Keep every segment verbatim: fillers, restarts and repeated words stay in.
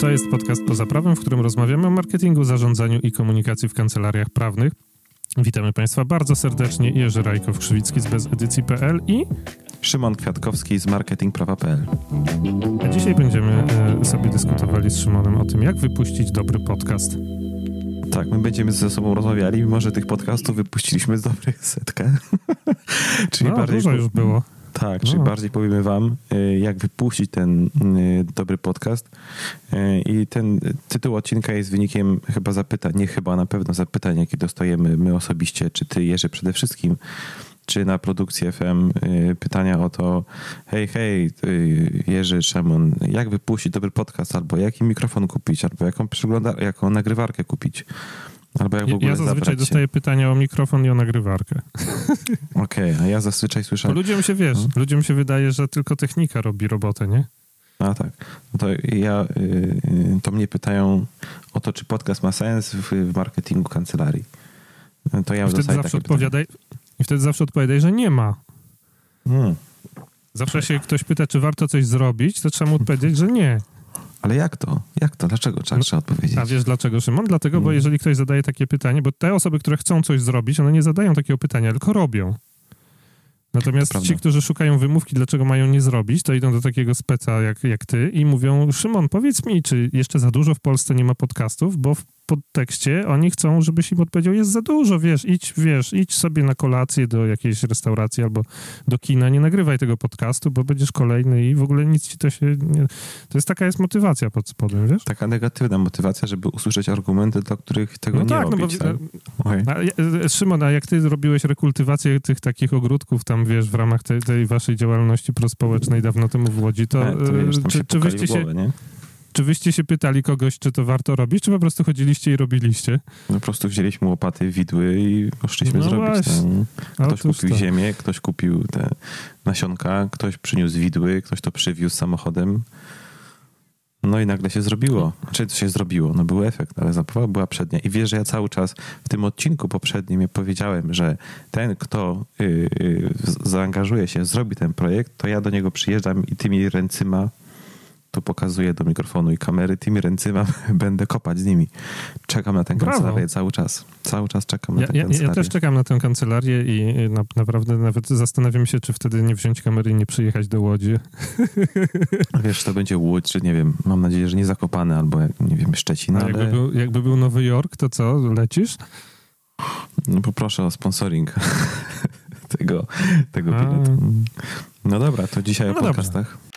To jest podcast Poza Prawem, w którym rozmawiamy o marketingu, zarządzaniu i komunikacji w kancelariach prawnych. Witamy Państwa bardzo serdecznie. Jerzy Rajkow-Krzywicki z bezedycji kropka p l i Szymon Kwiatkowski z marketing prawa kropka p l. A dzisiaj będziemy e, sobie dyskutowali z Szymonem o tym, jak wypuścić dobry podcast. Tak, my będziemy ze sobą rozmawiali, mimo że tych podcastów wypuściliśmy z dobrych setkę. czyli no, bardziej dużo już było. Tak, no. Czyli bardziej powiemy wam, jak wypuścić ten dobry podcast. I ten tytuł odcinka jest wynikiem chyba zapytań, nie chyba, na pewno zapytań, jakie dostajemy my osobiście, czy ty, Jerzy, przede wszystkim, czy na produkcji F M pytania o to, hej, hej, Jerzy, Szymon, jak wypuścić dobry podcast, albo jaki mikrofon kupić, albo jaką przegląda, jaką nagrywarkę kupić, albo jak w ogóle Ja zazwyczaj dostaję pytania o mikrofon i o nagrywarkę. Okej, okay, a ja zazwyczaj słyszę... Bo ludziom się, wiesz, hmm? ludziom się wydaje, że tylko technika robi robotę, nie? A tak. No to ja, to mnie pytają o to, czy podcast ma sens w, w marketingu kancelarii. To ja I wtedy zawsze odpowiadaj... I wtedy zawsze odpowiadaj, że nie ma. Hmm. Zawsze się ktoś pyta, czy warto coś zrobić, to trzeba mu odpowiedzieć, że nie. Ale jak to? Jak to? Dlaczego trzeba, no, trzeba odpowiedzieć? A wiesz dlaczego, Szymon? Dlatego, hmm. bo jeżeli ktoś zadaje takie pytanie, bo te osoby, które chcą coś zrobić, one nie zadają takiego pytania, tylko robią. Natomiast ci, którzy szukają wymówki, dlaczego mają nie zrobić, to idą do takiego speca jak, jak ty i mówią, Szymon, powiedz mi, czy jeszcze za dużo w Polsce nie ma podcastów, bo w podtekście oni chcą, żebyś im odpowiedział, jest za dużo, wiesz, idź, wiesz, idź sobie na kolację do jakiejś restauracji albo do kina, nie nagrywaj tego podcastu, bo będziesz kolejny i w ogóle nic ci to się nie... To jest taka jest motywacja pod spodem, wiesz? Taka negatywna motywacja, żeby usłyszeć argumenty, dla których tego no nie tak, robić. No bo, tak? Okay. a, Szymon, a jak ty robiłeś rekultywację tych takich ogródków tam, wiesz, w ramach tej, tej waszej działalności prospołecznej dawno temu w Łodzi, to, e, to wiesz, czy, czy wyście się... nie? Czy wyście się pytali kogoś, czy to warto robić, czy po prostu chodziliście i robiliście? No po prostu wzięliśmy łopaty, widły i poszliśmy no zrobić. Tam. Ktoś Otóż kupił to. ziemię, ktoś kupił te nasionka, ktoś przyniósł widły, ktoś to przywiózł samochodem. No i nagle się zrobiło. Znaczy to się zrobiło, no był efekt, ale zabawa była przednia. I wiesz, że ja cały czas w tym odcinku poprzednim ja powiedziałem, że ten, kto yy, yy, zaangażuje się, zrobi ten projekt, to ja do niego przyjeżdżam i tymi ręcyma tu pokazuję do mikrofonu i kamery, tymi ręcyma będę kopać z nimi. Czekam na tę kancelarię cały czas. Cały czas czekam na ja, tę ja, kancelarię. Ja też czekam na tę kancelarię i na, naprawdę nawet zastanawiam się, czy wtedy nie wziąć kamery i nie przyjechać do Łodzi. Wiesz, to będzie Łódź, czy nie wiem, mam nadzieję, że nie Zakopane, albo nie wiem, Szczecin, ale... Jakby był, jakby był Nowy Jork, to co, lecisz? No poproszę o sponsoring tego, tego biletu. No dobra, to dzisiaj no o podcastach. Dobra.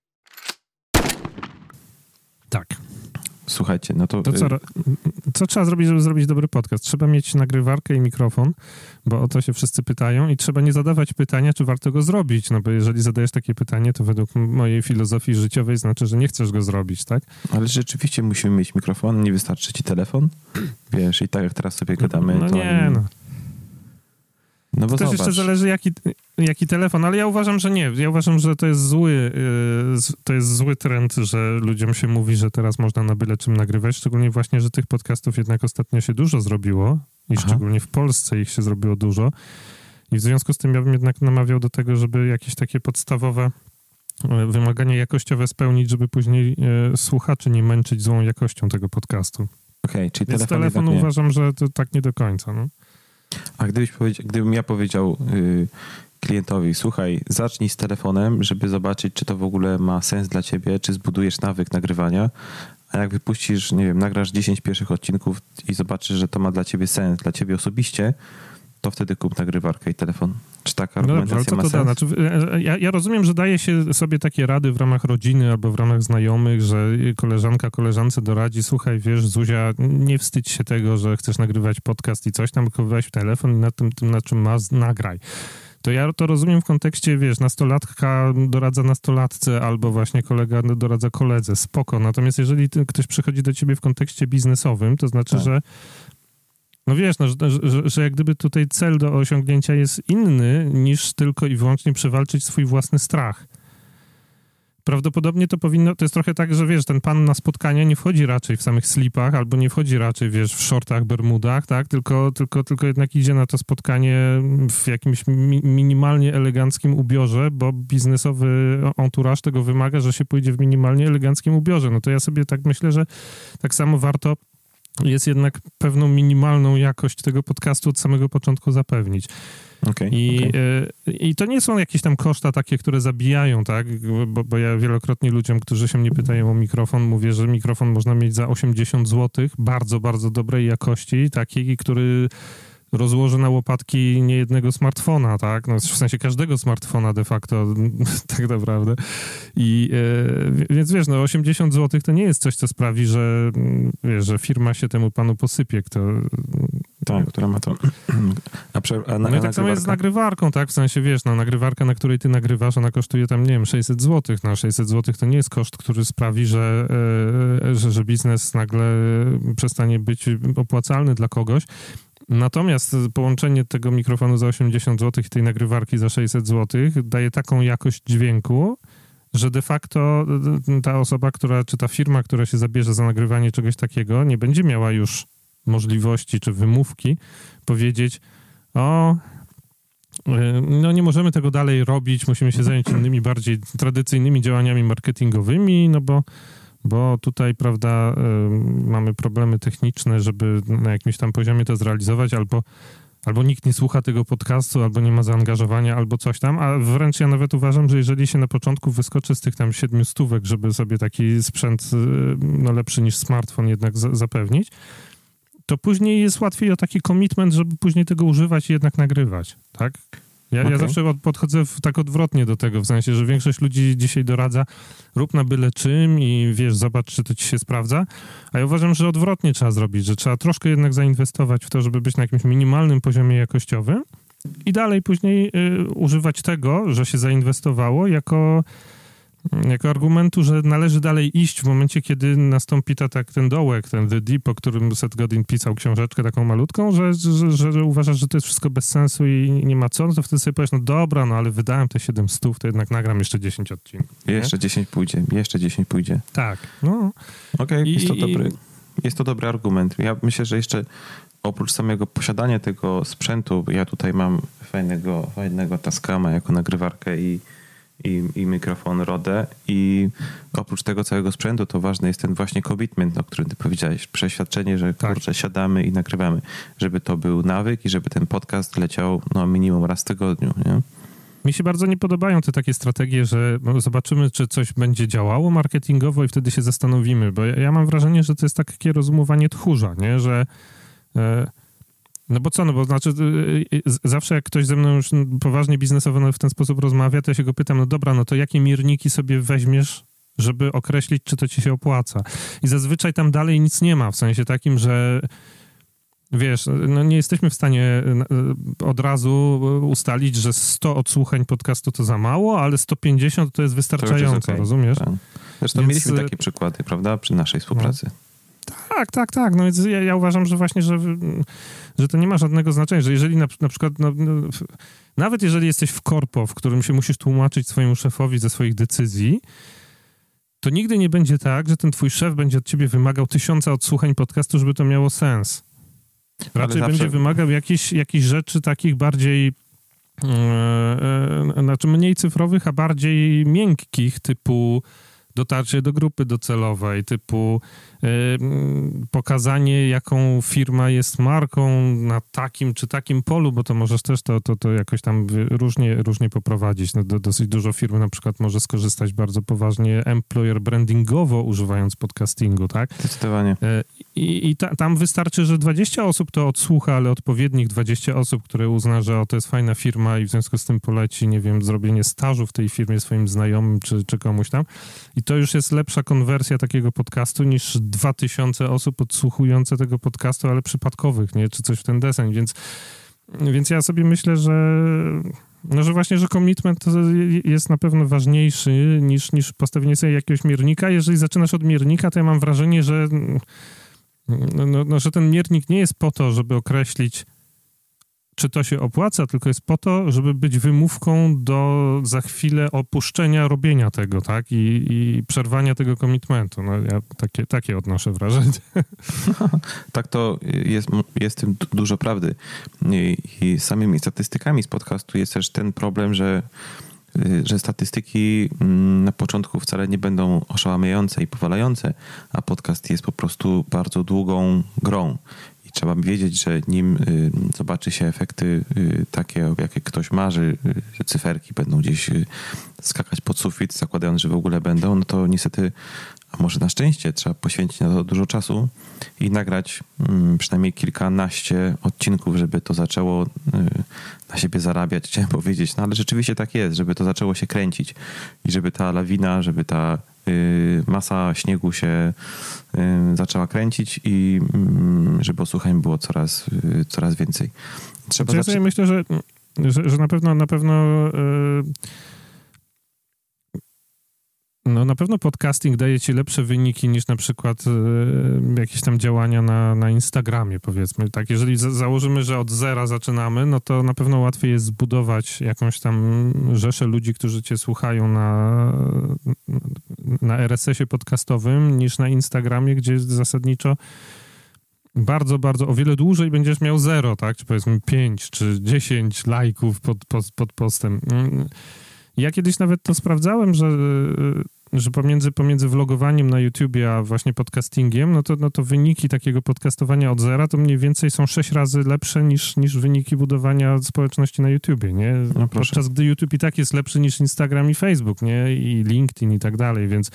Tak. Słuchajcie, no to... to co, co trzeba zrobić, żeby zrobić dobry podcast? Trzeba mieć nagrywarkę i mikrofon, bo o to się wszyscy pytają i trzeba nie zadawać pytania, czy warto go zrobić, no bo jeżeli zadajesz takie pytanie, to według mojej filozofii życiowej znaczy, że nie chcesz go zrobić, tak? Ale rzeczywiście musimy mieć mikrofon, nie wystarczy ci telefon? Wiesz, i tak jak teraz sobie gadamy, no to... nie, no. No bo to też zobacz. jeszcze zależy jaki, jaki telefon, ale ja uważam, że nie. Ja uważam, że to jest zły yy, to jest zły trend, że ludziom się mówi, że teraz można na byle czym nagrywać, szczególnie właśnie, że tych podcastów jednak ostatnio się dużo zrobiło i Aha. szczególnie w Polsce ich się zrobiło dużo i w związku z tym ja bym jednak namawiał do tego, żeby jakieś takie podstawowe wymagania jakościowe spełnić, żeby później yy, słuchaczy nie męczyć złą jakością tego podcastu. Okay, czyli Więc telefon, telefon uważam, że to tak nie do końca, no. A gdybyś powiedział, gdybym ja powiedział yy, klientowi, słuchaj, zacznij z telefonem, żeby zobaczyć, czy to w ogóle ma sens dla ciebie, czy zbudujesz nawyk nagrywania, a jak wypuścisz, nie wiem, nagrasz dziesięć pierwszych odcinków i zobaczysz, że to ma dla ciebie sens, dla ciebie osobiście, to wtedy kup nagrywarkę i telefon. Czy taka argumentacja no dobrze, ale ma to sens? To da. Znaczy, ja, ja rozumiem, że daje się sobie takie rady w ramach rodziny albo w ramach znajomych, że koleżanka koleżance doradzi, słuchaj, wiesz, Zuzia, nie wstydź się tego, że chcesz nagrywać podcast i coś tam, tylko weź telefon i na tym, tym na czym masz, nagraj. To ja to rozumiem w kontekście, wiesz, nastolatka doradza nastolatce albo właśnie kolega doradza koledze, spoko. Natomiast jeżeli ktoś przychodzi do ciebie w kontekście biznesowym, to znaczy, tak. że no wiesz, no, że, że, że jak gdyby tutaj cel do osiągnięcia jest inny niż tylko i wyłącznie przewalczyć swój własny strach. prawdopodobnie to powinno, to jest trochę tak, że wiesz, ten pan na spotkania nie wchodzi raczej w samych slipach, albo nie wchodzi raczej, wiesz, w shortach, bermudach, tak, tylko, tylko, tylko jednak idzie na to spotkanie w jakimś mi, minimalnie eleganckim ubiorze, bo biznesowy entourage tego wymaga, że się pójdzie w minimalnie eleganckim ubiorze. No to ja sobie tak myślę, że tak samo warto jest jednak pewną minimalną jakość tego podcastu od samego początku zapewnić. Okay, I, okay. y, I to nie są jakieś tam koszta takie, które zabijają, tak? Bo, bo ja wielokrotnie ludziom, którzy się mnie pytają o mikrofon, mówię, że mikrofon można mieć za osiemdziesiąt złotych, bardzo, bardzo dobrej jakości, takiej, który rozłoży na łopatki niejednego smartfona, tak? No, w sensie każdego smartfona de facto, tak naprawdę. I e, więc wiesz, no osiemdziesiąt złotych to nie jest coś, co sprawi, że wiesz, że firma się temu panu posypie. Kto, tak, która ma to... A, prze, a, na, no i tak samo jest z nagrywarką, tak? W sensie, wiesz, no nagrywarka, na której ty nagrywasz, ona kosztuje tam, nie wiem, sześćset złotych. No sześćset złotych to nie jest koszt, który sprawi, że, e, że, że biznes nagle przestanie być opłacalny dla kogoś. Natomiast połączenie tego mikrofonu za osiemdziesiąt złotych i tej nagrywarki za sześćset złotych daje taką jakość dźwięku, że de facto ta osoba, która, czy ta firma, która się zabierze za nagrywanie czegoś takiego, nie będzie miała już możliwości czy wymówki powiedzieć: o, no nie możemy tego dalej robić, musimy się zająć innymi, bardziej tradycyjnymi działaniami marketingowymi, no bo bo tutaj, prawda, y, mamy problemy techniczne, żeby na jakimś tam poziomie to zrealizować, albo, albo nikt nie słucha tego podcastu, albo nie ma zaangażowania, albo coś tam, a wręcz ja nawet uważam, że jeżeli się na początku wyskoczy z tych tam siedmiu stówek, żeby sobie taki sprzęt, y, no lepszy niż smartfon jednak za, zapewnić, to później jest łatwiej o taki commitment, żeby później tego używać i jednak nagrywać, tak? Ja, okay. ja zawsze podchodzę w, tak odwrotnie do tego, w sensie, że większość ludzi dzisiaj doradza: rób na byle czym i wiesz, zobacz, czy to ci się sprawdza. A ja uważam, że odwrotnie trzeba zrobić, że trzeba troszkę jednak zainwestować w to, żeby być na jakimś minimalnym poziomie jakościowym i dalej później y, używać tego, że się zainwestowało jako, jako argumentu, że należy dalej iść w momencie, kiedy nastąpi ta, tak, ten dołek, ten The Deep, o którym Seth Godin pisał książeczkę taką malutką, że, że, że, że uważasz, że to jest wszystko bez sensu i nie ma co, no to wtedy sobie powiesz: no dobra, no ale wydałem te siedem stów, to jednak nagram jeszcze dziesięć odcinków. Nie? Jeszcze dziesięć pójdzie, jeszcze dziesięć pójdzie. Tak, no. Okej, okay, jest to dobry, jest to dobry argument. Ja myślę, że jeszcze oprócz samego posiadania tego sprzętu, ja tutaj mam fajnego, fajnego Tascama jako nagrywarkę i I, i mikrofon Rode, i oprócz tego całego sprzętu to ważny jest ten właśnie commitment, o którym ty powiedziałeś, przeświadczenie, że tak. kurczę, siadamy i nagrywamy, żeby to był nawyk i żeby ten podcast leciał no minimum raz w tygodniu, nie? Mi się bardzo nie podobają te takie strategie, że zobaczymy, czy coś będzie działało marketingowo i wtedy się zastanowimy, bo ja, ja mam wrażenie, że to jest takie rozumowanie tchórza, nie? Że e, no bo co, no bo znaczy zawsze jak ktoś ze mną już poważnie biznesowo w ten sposób rozmawia, to ja się go pytam: no dobra, no to jakie mierniki sobie weźmiesz, żeby określić, czy to ci się opłaca? I zazwyczaj tam dalej nic nie ma, w sensie takim, że wiesz, no nie jesteśmy w stanie od razu ustalić, że sto odsłuchań podcastu to za mało, ale sto pięćdziesiąt to jest wystarczająco, to jest okay, rozumiesz? Tak. Zresztą Więc... mieliśmy takie przykłady, prawda, przy naszej współpracy. No. Tak, tak, tak. No więc ja, ja uważam, że właśnie, że, że to nie ma żadnego znaczenia, że jeżeli na, na przykład, no, no, nawet jeżeli jesteś w korpo, w którym się musisz tłumaczyć swojemu szefowi ze swoich decyzji, to nigdy nie będzie tak, że ten twój szef będzie od ciebie wymagał tysiąca odsłuchań podcastu, żeby to miało sens. Raczej zawsze... będzie wymagał jakichś, jakichś rzeczy takich bardziej, e, e, znaczy mniej cyfrowych, a bardziej miękkich, typu dotarcie do grupy docelowej, typu y, pokazanie, jaką firma jest marką na takim czy takim polu, bo to możesz też to, to, to jakoś tam różnie, różnie poprowadzić. No, do, dosyć dużo firm na przykład może skorzystać bardzo poważnie employer brandingowo, używając podcastingu, tak? Zdecydowanie. I, i ta, tam wystarczy, że dwadzieścia osób to odsłucha, ale odpowiednich dwadzieścia osób, które uzna, że o, to jest fajna firma i w związku z tym poleci, nie wiem, zrobienie stażu w tej firmie swoim znajomym czy, czy komuś tam. I to już jest lepsza konwersja takiego podcastu niż dwa tysiące osób odsłuchujące tego podcastu, ale przypadkowych, nie? Czy coś w ten deseń. Więc, więc ja sobie myślę, że no, że właśnie, że commitment jest na pewno ważniejszy niż, niż postawienie sobie jakiegoś miernika. Jeżeli zaczynasz od miernika, to ja mam wrażenie, że, no, no, że ten miernik nie jest po to, żeby określić, czy to się opłaca, tylko jest po to, żeby być wymówką do za chwilę opuszczenia robienia tego, tak? I, i przerwania tego komitmentu. No ja takie, takie odnoszę wrażenie. Tak, to jest, jest w tym dużo prawdy. I, i samymi statystykami z podcastu jest też ten problem, że że statystyki na początku wcale nie będą oszałamiające i powalające, a podcast jest po prostu bardzo długą grą. I trzeba wiedzieć, że nim zobaczy się efekty takie, jakie ktoś marzy, że cyferki będą gdzieś skakać pod sufit, zakładając, że w ogóle będą, no to niestety, a może na szczęście, trzeba poświęcić na to dużo czasu i nagrać przynajmniej kilkanaście odcinków, żeby to zaczęło na siebie zarabiać, chciałem powiedzieć. No ale rzeczywiście tak jest, żeby to zaczęło się kręcić i żeby ta lawina, żeby ta masa śniegu się zaczęła kręcić i żeby osłuchań było coraz, coraz więcej. Trzeba ja zaczę... myślę, że, że, że na pewno na pewno yy... No na pewno podcasting daje ci lepsze wyniki niż na przykład y, jakieś tam działania na, na Instagramie, powiedzmy. Tak, jeżeli za, założymy, że od zera zaczynamy, no to na pewno łatwiej jest zbudować jakąś tam rzeszę ludzi, którzy cię słuchają na, na er es esie podcastowym niż na Instagramie, gdzie jest zasadniczo bardzo, bardzo, o wiele dłużej będziesz miał zero, tak? Czy powiedzmy pięć czy dziesięć lajków pod, pod, pod postem. Ja kiedyś nawet to sprawdzałem, że, że pomiędzy, pomiędzy vlogowaniem na YouTubie, a właśnie podcastingiem, no to, no to wyniki takiego podcastowania od zera to mniej więcej są sześć razy lepsze niż, niż wyniki budowania społeczności na YouTubie, nie? No Podczas gdy YouTube i tak jest lepszy niż Instagram i Facebook, nie? I LinkedIn i tak dalej, więc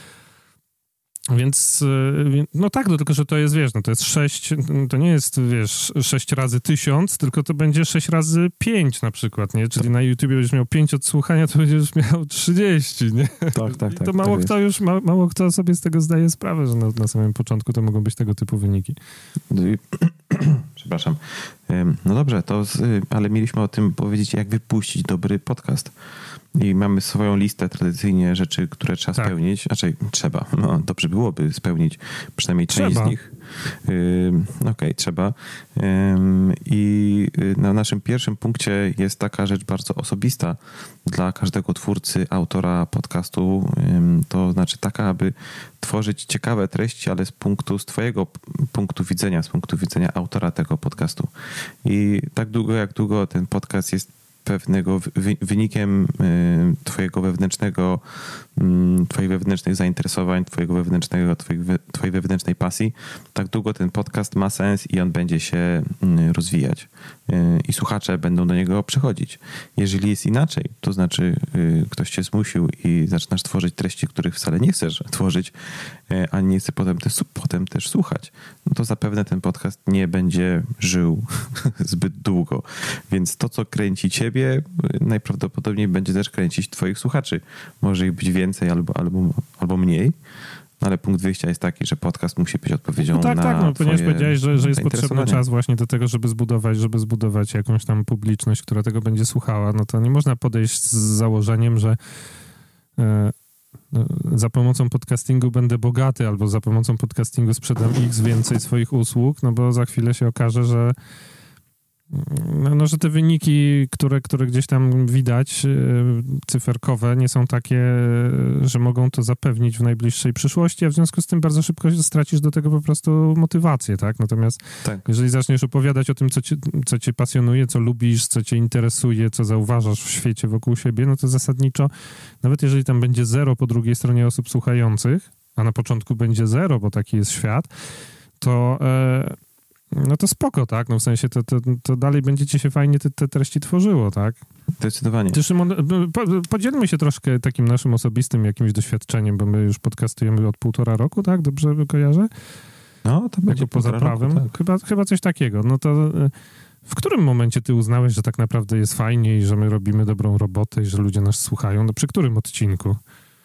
Więc, no tak, no tylko, że to jest, wiesz, no to jest sześć, to nie jest, wiesz, sześć razy tysiąc, tylko to będzie sześć razy pięć na przykład, nie? Czyli na YouTubie będziesz miał pięć odsłuchania, to będziesz miał trzydzieści, nie? Tak, tak, tak. To mało tak kto już, ma, mało kto sobie z tego zdaje sprawę, że na, na samym początku to mogą być tego typu wyniki. Przepraszam. No dobrze, to z, ale mieliśmy o tym powiedzieć, jak wypuścić dobry podcast. I mamy swoją listę tradycyjnie rzeczy, które trzeba tak. spełnić. Raczej trzeba. No, dobrze byłoby spełnić przynajmniej trzeba. część z nich. Yy, Okej, okay, trzeba. Yy, I na naszym pierwszym punkcie jest taka rzecz bardzo osobista dla każdego twórcy, autora podcastu. Yy, to znaczy taka, aby tworzyć ciekawe treści, ale z punktu, z twojego punktu widzenia, z punktu widzenia autora tego podcastu. I tak długo, jak długo ten podcast jest pewnego wynikiem twojego wewnętrznego, twoich wewnętrznych zainteresowań, twojego wewnętrznego, twojej wewnętrznej pasji, tak długo ten podcast ma sens i on będzie się rozwijać. I słuchacze będą do niego przychodzić. Jeżeli jest inaczej, to znaczy ktoś cię zmusił i zaczynasz tworzyć treści, których wcale nie chcesz tworzyć, a nie chce potem, te, potem też słuchać, no to zapewne ten podcast nie będzie żył zbyt długo. Więc to, co kręci ciebie, najprawdopodobniej będzie też kręcić twoich słuchaczy. Może ich być więcej albo, albo, albo mniej, ale punkt wyjścia jest taki, że podcast musi być odpowiedzią no tak, na tak, no, ponieważ powiedziałeś, że, że jest potrzebny czas właśnie do tego, żeby zbudować, żeby zbudować jakąś tam publiczność, która tego będzie słuchała, no to nie można podejść z założeniem, że e, za pomocą podcastingu będę bogaty albo za pomocą podcastingu sprzedam X więcej swoich usług, no bo za chwilę się okaże, że No, no, że te wyniki, które, które gdzieś tam widać, cyferkowe, nie są takie, że mogą to zapewnić w najbliższej przyszłości, a w związku z tym bardzo szybko stracisz do tego po prostu motywację, tak? Natomiast tak. jeżeli zaczniesz opowiadać o tym, co cię, co cię pasjonuje, co lubisz, co cię interesuje, co zauważasz w świecie wokół siebie, no to zasadniczo, nawet jeżeli tam będzie zero po drugiej stronie osób słuchających, a na początku będzie zero, bo taki jest świat, to... E, No to spoko, tak? No w sensie to, to, to dalej będziecie się fajnie te, te treści tworzyło, tak? Zdecydowanie. Ty, Szymon, po, podzielmy się troszkę takim naszym osobistym jakimś doświadczeniem, bo my już podcastujemy od półtora roku, tak? Dobrze kojarzę? No, to będzie poza prawem. Roku, tak. Chyba, chyba coś takiego. No to w którym momencie ty uznałeś, że tak naprawdę jest fajnie i że my robimy dobrą robotę i że ludzie nas słuchają? No przy którym odcinku?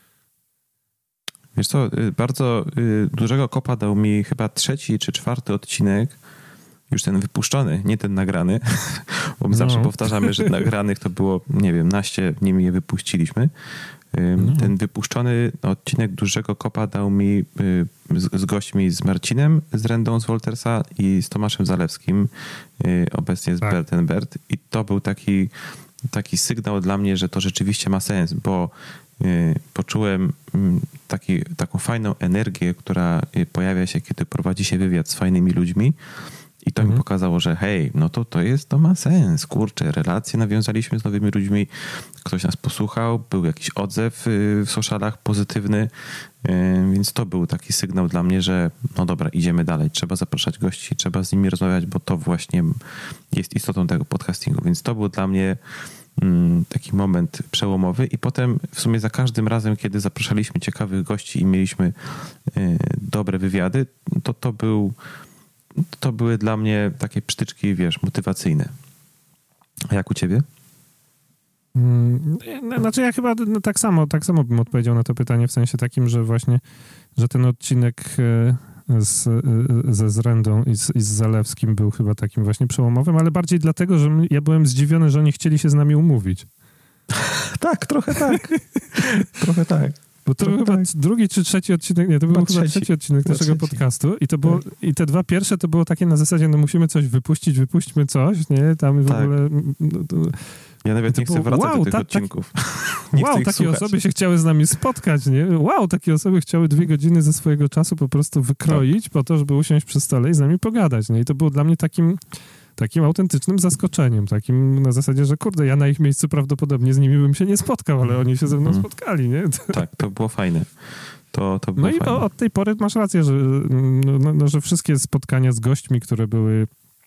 Wiesz co, bardzo dużego kopa dał mi chyba trzeci czy czwarty odcinek, już ten wypuszczony, nie ten nagrany, bo my no. zawsze powtarzamy, że nagranych to było, nie wiem, naście, nim je wypuściliśmy. Mhm. Ten wypuszczony odcinek Dużego Kopa dał mi z, z gośćmi, z Marcinem, z Rendą z Woltersa i z Tomaszem Zalewskim, obecnie z tak. Bert and Bert. I to był taki, taki sygnał dla mnie, że to rzeczywiście ma sens, bo poczułem taki, taką fajną energię, która pojawia się, kiedy prowadzi się wywiad z fajnymi ludźmi. I to mhm. mi pokazało, że hej, no to to jest, to ma sens, kurczę, relacje nawiązaliśmy z nowymi ludźmi, ktoś nas posłuchał, był jakiś odzew w socialach pozytywny, więc to był taki sygnał dla mnie, że no dobra, idziemy dalej, trzeba zapraszać gości, trzeba z nimi rozmawiać, bo to właśnie jest istotą tego podcastingu, więc to był dla mnie taki moment przełomowy i potem w sumie za każdym razem, kiedy zapraszaliśmy ciekawych gości i mieliśmy dobre wywiady, to to był to były dla mnie takie przytyczki, wiesz, motywacyjne. A jak u ciebie? Hmm, znaczy ja chyba tak samo, tak samo bym odpowiedział na to pytanie, w sensie takim, że właśnie, że ten odcinek z, ze Zrendą i z, i z Zalewskim był chyba takim właśnie przełomowym, ale bardziej dlatego, że ja byłem zdziwiony, że oni chcieli się z nami umówić. Tak, trochę tak. trochę tak. Bo to był chyba tak. drugi czy trzeci odcinek, nie, to był chyba trzeci, trzeci odcinek chyba naszego trzeci. podcastu i to było, tak. i te dwa pierwsze to było takie na zasadzie, no musimy coś wypuścić, wypuśćmy coś, nie, tam w tak. ogóle... No, to, ja nawet nie chcę było, wracać wow, do tych ta, odcinków. Tak, wow, takie słuchać. osoby się chciały z nami spotkać, nie? Wow, takie osoby chciały dwie godziny ze swojego czasu po prostu wykroić tak. po to, żeby usiąść przy stole i z nami pogadać, nie? I to było dla mnie takim... takim autentycznym zaskoczeniem, takim na zasadzie, że kurde, ja na ich miejscu prawdopodobnie z nimi bym się nie spotkał, ale oni się ze mną spotkali, nie? Tak, to było fajne. To, to było no fajne. i od tej pory masz rację, że, no, no, że wszystkie spotkania z gośćmi, które były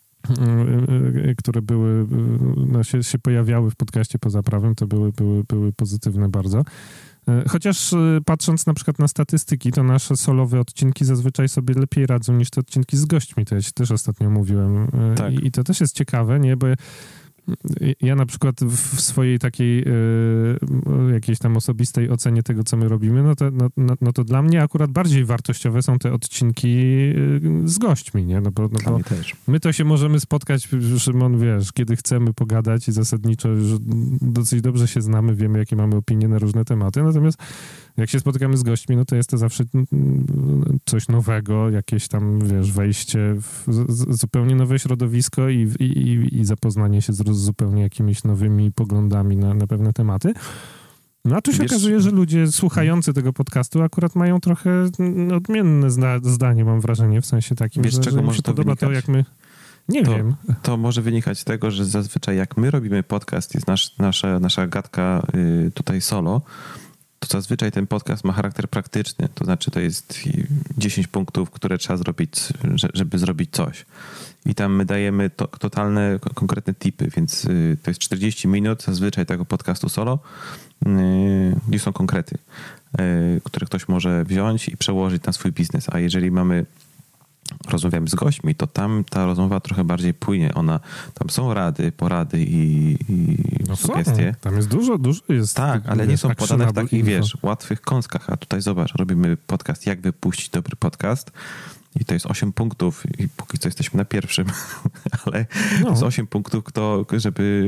które były, no, się, się pojawiały w podcaście Poza Prawem, to były, były, były pozytywne bardzo. Chociaż patrząc na przykład na statystyki, to nasze solowe odcinki zazwyczaj sobie lepiej radzą niż te odcinki z gośćmi. To ja ci też ostatnio mówiłem. Tak. I, I to też jest ciekawe, nie? Bo ja na przykład w swojej takiej y, jakiejś tam osobistej ocenie tego, co my robimy, no to, no, no, no to dla mnie akurat bardziej wartościowe są te odcinki z gośćmi, nie? No bo, no bo my to się możemy spotkać, Szymon, wiesz, kiedy chcemy pogadać i zasadniczo już dosyć dobrze się znamy, wiemy, jakie mamy opinie na różne tematy, natomiast jak się spotykamy z gośćmi, no to jest to zawsze coś nowego, jakieś tam, wiesz, wejście w z, zupełnie nowe środowisko i, i, i zapoznanie się z zupełnie jakimiś nowymi poglądami na, na pewne tematy. No a tu się Wiesz, okazuje, że ludzie słuchający tego podcastu akurat mają trochę odmienne zda, zdanie, mam wrażenie, w sensie takim, Wiesz, że, czego że może mi się to podoba wynikać? to, jak my... Nie to, wiem. To może wynikać z tego, że zazwyczaj jak my robimy podcast, jest nasz, nasza, nasza gadka y, tutaj solo, to zazwyczaj ten podcast ma charakter praktyczny. To znaczy to jest dziesięć punktów, które trzeba zrobić, żeby zrobić coś. I tam my dajemy to, totalne, konkretne tipy, więc y, to jest czterdzieści minut zazwyczaj tego podcastu solo, gdzie y, są konkrety, y, które ktoś może wziąć i przełożyć na swój biznes. A jeżeli mamy rozmawiamy z gośćmi, to tam ta rozmowa trochę bardziej płynie. Ona, tam są rady, porady i, i no sugestie. Są. Tam jest dużo, dużo jest. Tak, ale nie są podane w takich, wiesz, łatwych kąskach. A tutaj zobacz, robimy podcast, jak wypuścić dobry podcast. I to jest osiem punktów i póki co jesteśmy na pierwszym, ale no. to jest osiem punktów, kto, żeby,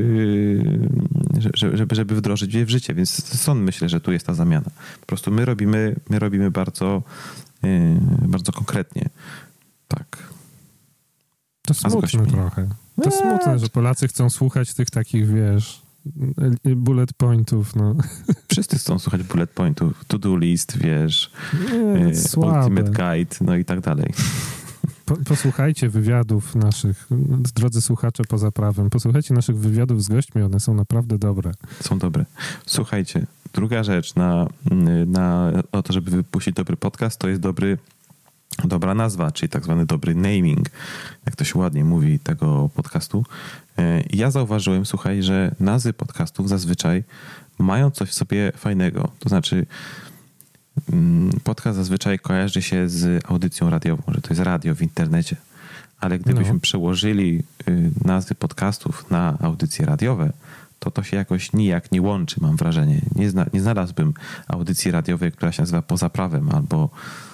żeby, żeby wdrożyć je w życie. Więc stąd myślę, że tu jest ta zamiana. Po prostu my robimy, my robimy bardzo, bardzo konkretnie. Tak. To smutne trochę. To eee. smutne, że Polacy chcą słuchać tych takich, wiesz, bullet pointów, no. Wszyscy chcą słuchać bullet pointów. To-do list, wiesz, Nie, ultimate guide, no i tak dalej. Po, posłuchajcie wywiadów naszych, drodzy słuchacze Poza Prawem. Posłuchajcie naszych wywiadów z gośćmi, one są naprawdę dobre. Są dobre. Słuchajcie, druga rzecz na, na o to, żeby wypuścić dobry podcast, to jest dobry dobra nazwa, czyli tak zwany dobry naming, jak to się ładnie mówi, tego podcastu. Ja zauważyłem, słuchaj, że nazwy podcastów zazwyczaj mają coś w sobie fajnego. To znaczy podcast zazwyczaj kojarzy się z audycją radiową, że to jest radio w internecie. Ale gdybyśmy no. przełożyli nazwy podcastów na audycje radiowe, to to się jakoś nijak nie łączy, mam wrażenie. Nie, zna, nie znalazłbym audycji radiowej, która się nazywa Poza Prawem albo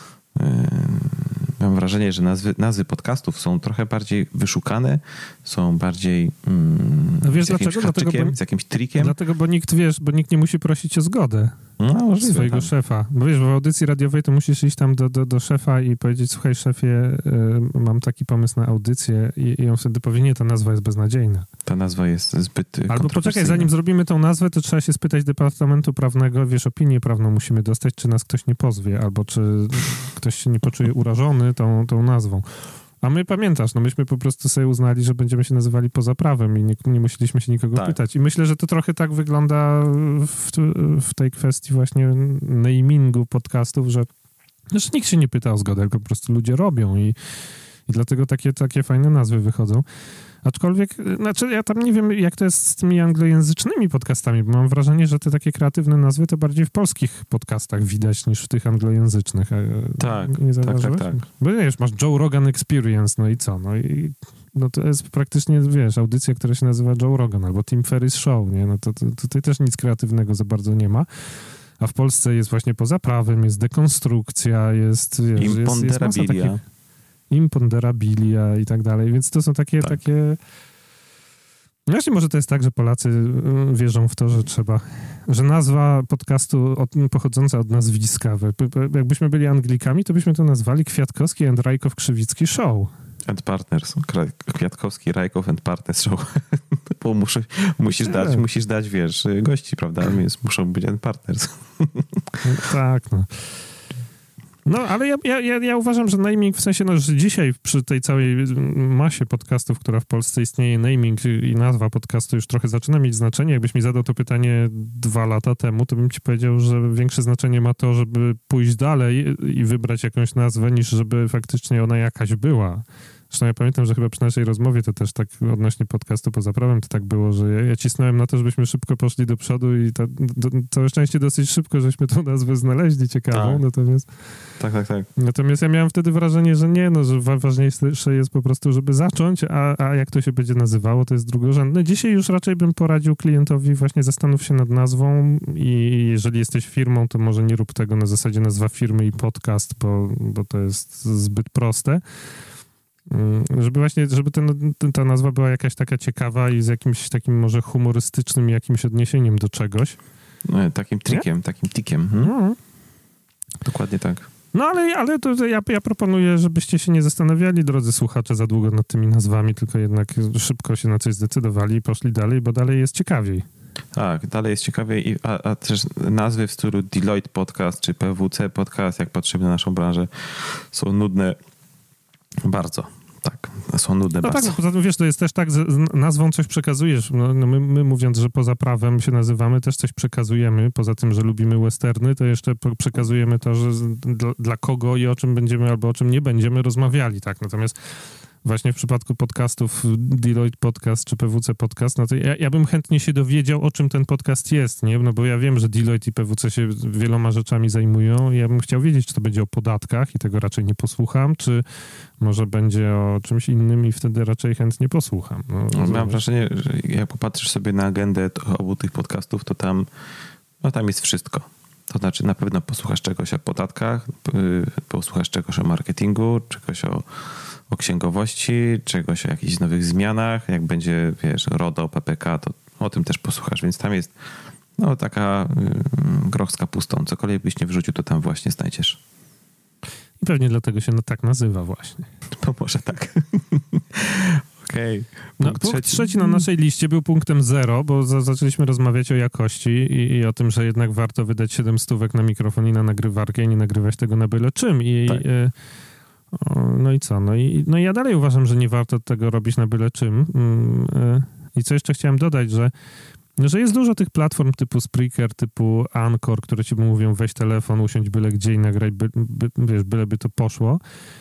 mam wrażenie, że nazwy, nazwy podcastów są trochę bardziej wyszukane, są bardziej mm, no wiesz z jakimś dlaczego? Dlatego, bo, z jakimś trikiem. Dlatego, bo nikt, wiesz, bo nikt nie musi prosić o zgodę. No, możliwe, swojego tak. szefa. Bo wiesz, w audycji radiowej to musisz iść tam do, do, do szefa i powiedzieć, słuchaj szefie, y, mam taki pomysł na audycję i, i on wtedy powie, nie, ta nazwa jest beznadziejna. Ta nazwa jest zbyt Albo poczekaj, zanim zrobimy tą nazwę, to trzeba się spytać Departamentu Prawnego, wiesz, opinię prawną musimy dostać, czy nas ktoś nie pozwie, albo czy ktoś się nie poczuje urażony tą, tą nazwą. A my, pamiętasz, no myśmy po prostu sobie uznali, że będziemy się nazywali poza prawem i nie, nie musieliśmy się nikogo tak. pytać. I myślę, że to trochę tak wygląda w, w tej kwestii właśnie namingu podcastów, że, że nikt się nie pyta o zgodę, tylko po prostu ludzie robią i, i dlatego takie, takie fajne nazwy wychodzą. Aczkolwiek, znaczy ja tam nie wiem, jak to jest z tymi anglojęzycznymi podcastami, bo mam wrażenie, że te takie kreatywne nazwy to bardziej w polskich podcastach widać niż w tych anglojęzycznych. Tak, nie tak, tak, tak. Bo wiesz, masz Joe Rogan Experience, no i co? No i no to jest praktycznie, wiesz, audycja, która się nazywa Joe Rogan albo Tim Ferriss Show, nie? No to, to tutaj też nic kreatywnego za bardzo nie ma. A w Polsce jest właśnie poza prawem, jest dekonstrukcja, jest, wiesz, jest, jest masa takich... Imponderabilia i tak dalej, więc to są takie, tak. takie... Właśnie może to jest tak, że Polacy wierzą w to, że trzeba, że nazwa podcastu od, pochodząca od nazwiska, jakbyśmy byli Anglikami, to byśmy to nazwali Kwiatkowski and Rajkow-Krzywicki Show. And Partners. Kwiatkowski, Rajkow and Partners Show. Bo muszę, musisz, tak. dać, musisz dać, wiesz, gości, prawda? Więc muszą być and Partners. Tak, no. No, ale ja, ja, ja uważam, że naming, w sensie, no, że dzisiaj przy tej całej masie podcastów, która w Polsce istnieje, naming i nazwa podcastu już trochę zaczyna mieć znaczenie. Jakbyś mi zadał to pytanie dwa lata temu, to bym ci powiedział, że większe znaczenie ma to, żeby pójść dalej i wybrać jakąś nazwę, niż żeby faktycznie ona jakaś była. Zresztą ja pamiętam, że chyba przy naszej rozmowie to też tak odnośnie podcastu poza prawem to tak było, że ja, ja cisnąłem na to, żebyśmy szybko poszli do przodu i ta, do, całe szczęście dosyć szybko, żeśmy tą nazwę znaleźli ciekawą, tak. natomiast tak, tak, tak. Natomiast ja miałem wtedy wrażenie, że nie, no, że ważniejsze jest po prostu, żeby zacząć, a, a jak to się będzie nazywało, to jest drugorzędne. Dzisiaj już raczej bym poradził klientowi właśnie zastanów się nad nazwą i jeżeli jesteś firmą, to może nie rób tego na zasadzie nazwa firmy i podcast, bo, bo to jest zbyt proste. Żeby właśnie, żeby ten, ta nazwa była jakaś taka ciekawa i z jakimś takim może humorystycznym jakimś odniesieniem do czegoś. No, takim trikiem, nie? takim tikiem. Hmm? No. Dokładnie tak. No ale, ale to, to ja, ja proponuję, żebyście się nie zastanawiali, drodzy słuchacze, za długo nad tymi nazwami, tylko jednak szybko się na coś zdecydowali i poszli dalej, bo dalej jest ciekawiej. Tak, dalej jest ciekawiej, a, a też nazwy w stylu Deloitte Podcast czy P W C Podcast, jak patrzymy na naszą branżę, są nudne bardzo. Tak, są nudne no bardzo. Tak, no poza tym wiesz, to jest też tak, że nazwą coś przekazujesz. No, no my, my mówiąc, że poza prawem się nazywamy, też coś przekazujemy. Poza tym, że lubimy westerny, to jeszcze przekazujemy to, że dla, dla kogo i o czym będziemy albo o czym nie będziemy rozmawiali. Tak, natomiast właśnie w przypadku podcastów Deloitte Podcast czy P W C Podcast, no to ja, ja bym chętnie się dowiedział, o czym ten podcast jest, nie? No bo ja wiem, że Deloitte i P W C się wieloma rzeczami zajmują i ja bym chciał wiedzieć, czy to będzie o podatkach i tego raczej nie posłucham, czy może będzie o czymś innym i wtedy raczej chętnie posłucham. No, no, mam wrażenie, że jak popatrzysz sobie na agendę obu tych podcastów, to tam, no tam jest wszystko. To znaczy na pewno posłuchasz czegoś o podatkach, posłuchasz czegoś o marketingu, czegoś o o księgowości, czegoś o jakichś nowych zmianach, jak będzie, wiesz, RODO, P P K, to o tym też posłuchasz, więc tam jest no taka y, groch z kapustą. Cokolwiek byś nie wrzucił, to tam właśnie znajdziesz. I pewnie dlatego się no, tak nazywa właśnie. To może tak. Okej. Okay. No, punkt trzeci. trzeci na naszej liście był punktem zero, bo za, zaczęliśmy rozmawiać o jakości i, i o tym, że jednak warto wydać siedem stówek na mikrofon i na nagrywarkę i nie nagrywać tego na byle czym. I, tak. y, No i co? No i, no i ja dalej uważam, że nie warto tego robić na byle czym. I co jeszcze chciałem dodać, że, że jest dużo tych platform typu Spreaker, typu Anchor, które ci mówią weź telefon, usiądź byle gdzie i nagraj, by, by, wiesz, byleby to poszło.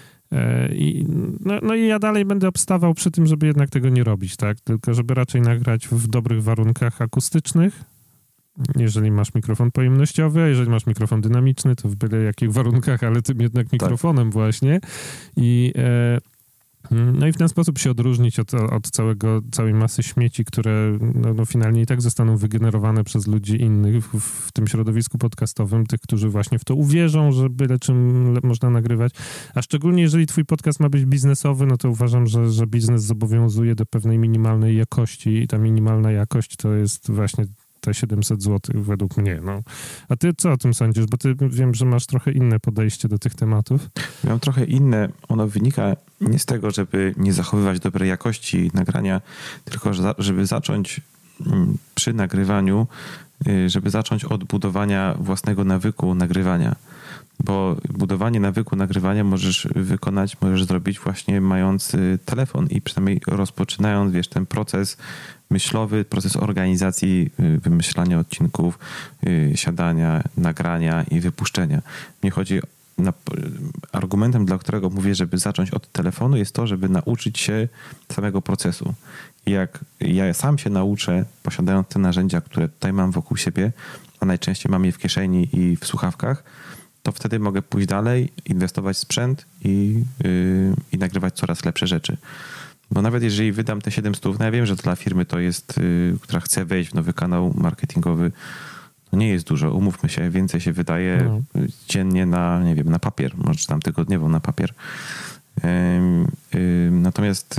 I, no, no i ja dalej będę obstawał przy tym, żeby jednak tego nie robić, tak? Tylko żeby raczej nagrać w dobrych warunkach akustycznych. Jeżeli masz mikrofon pojemnościowy, a jeżeli masz mikrofon dynamiczny, to w byle jakich warunkach, ale tym jednak mikrofonem tak. właśnie. I, e, no i w ten sposób się odróżnić od, od całego, całej masy śmieci, które no, no finalnie i tak zostaną wygenerowane przez ludzi innych w, w tym środowisku podcastowym, tych, którzy właśnie w to uwierzą, że byle czym można nagrywać. A szczególnie jeżeli twój podcast ma być biznesowy, no to uważam, że, że biznes zobowiązuje do pewnej minimalnej jakości i ta minimalna jakość to jest właśnie te siedemset złotych według mnie. No. A ty co o tym sądzisz? Bo ty wiem, że masz trochę inne podejście do tych tematów. Mam trochę inne. Ono wynika nie z tego, żeby nie zachowywać dobrej jakości nagrania, tylko żeby zacząć przy nagrywaniu, żeby zacząć od budowania własnego nawyku nagrywania. Bo budowanie nawyku nagrywania możesz wykonać, możesz zrobić właśnie mając telefon i przynajmniej rozpoczynając, wiesz, ten proces myślowy, proces organizacji, wymyślania odcinków, siadania, nagrania i wypuszczenia. Mnie chodzi na, argumentem, dla którego mówię, żeby zacząć od telefonu, jest to, żeby nauczyć się samego procesu. I jak ja sam się nauczę, posiadając te narzędzia, które tutaj mam wokół siebie, a najczęściej mam je w kieszeni i w słuchawkach, to wtedy mogę pójść dalej, inwestować w sprzęt i, yy, i nagrywać coraz lepsze rzeczy. Bo nawet jeżeli wydam te siedemset, no ja wiem, że dla firmy to jest, yy, która chce wejść w nowy kanał marketingowy, to nie jest dużo, umówmy się, więcej się wydaje no. dziennie na, nie wiem, na papier, może tam tygodniowo na papier. Yy, yy, natomiast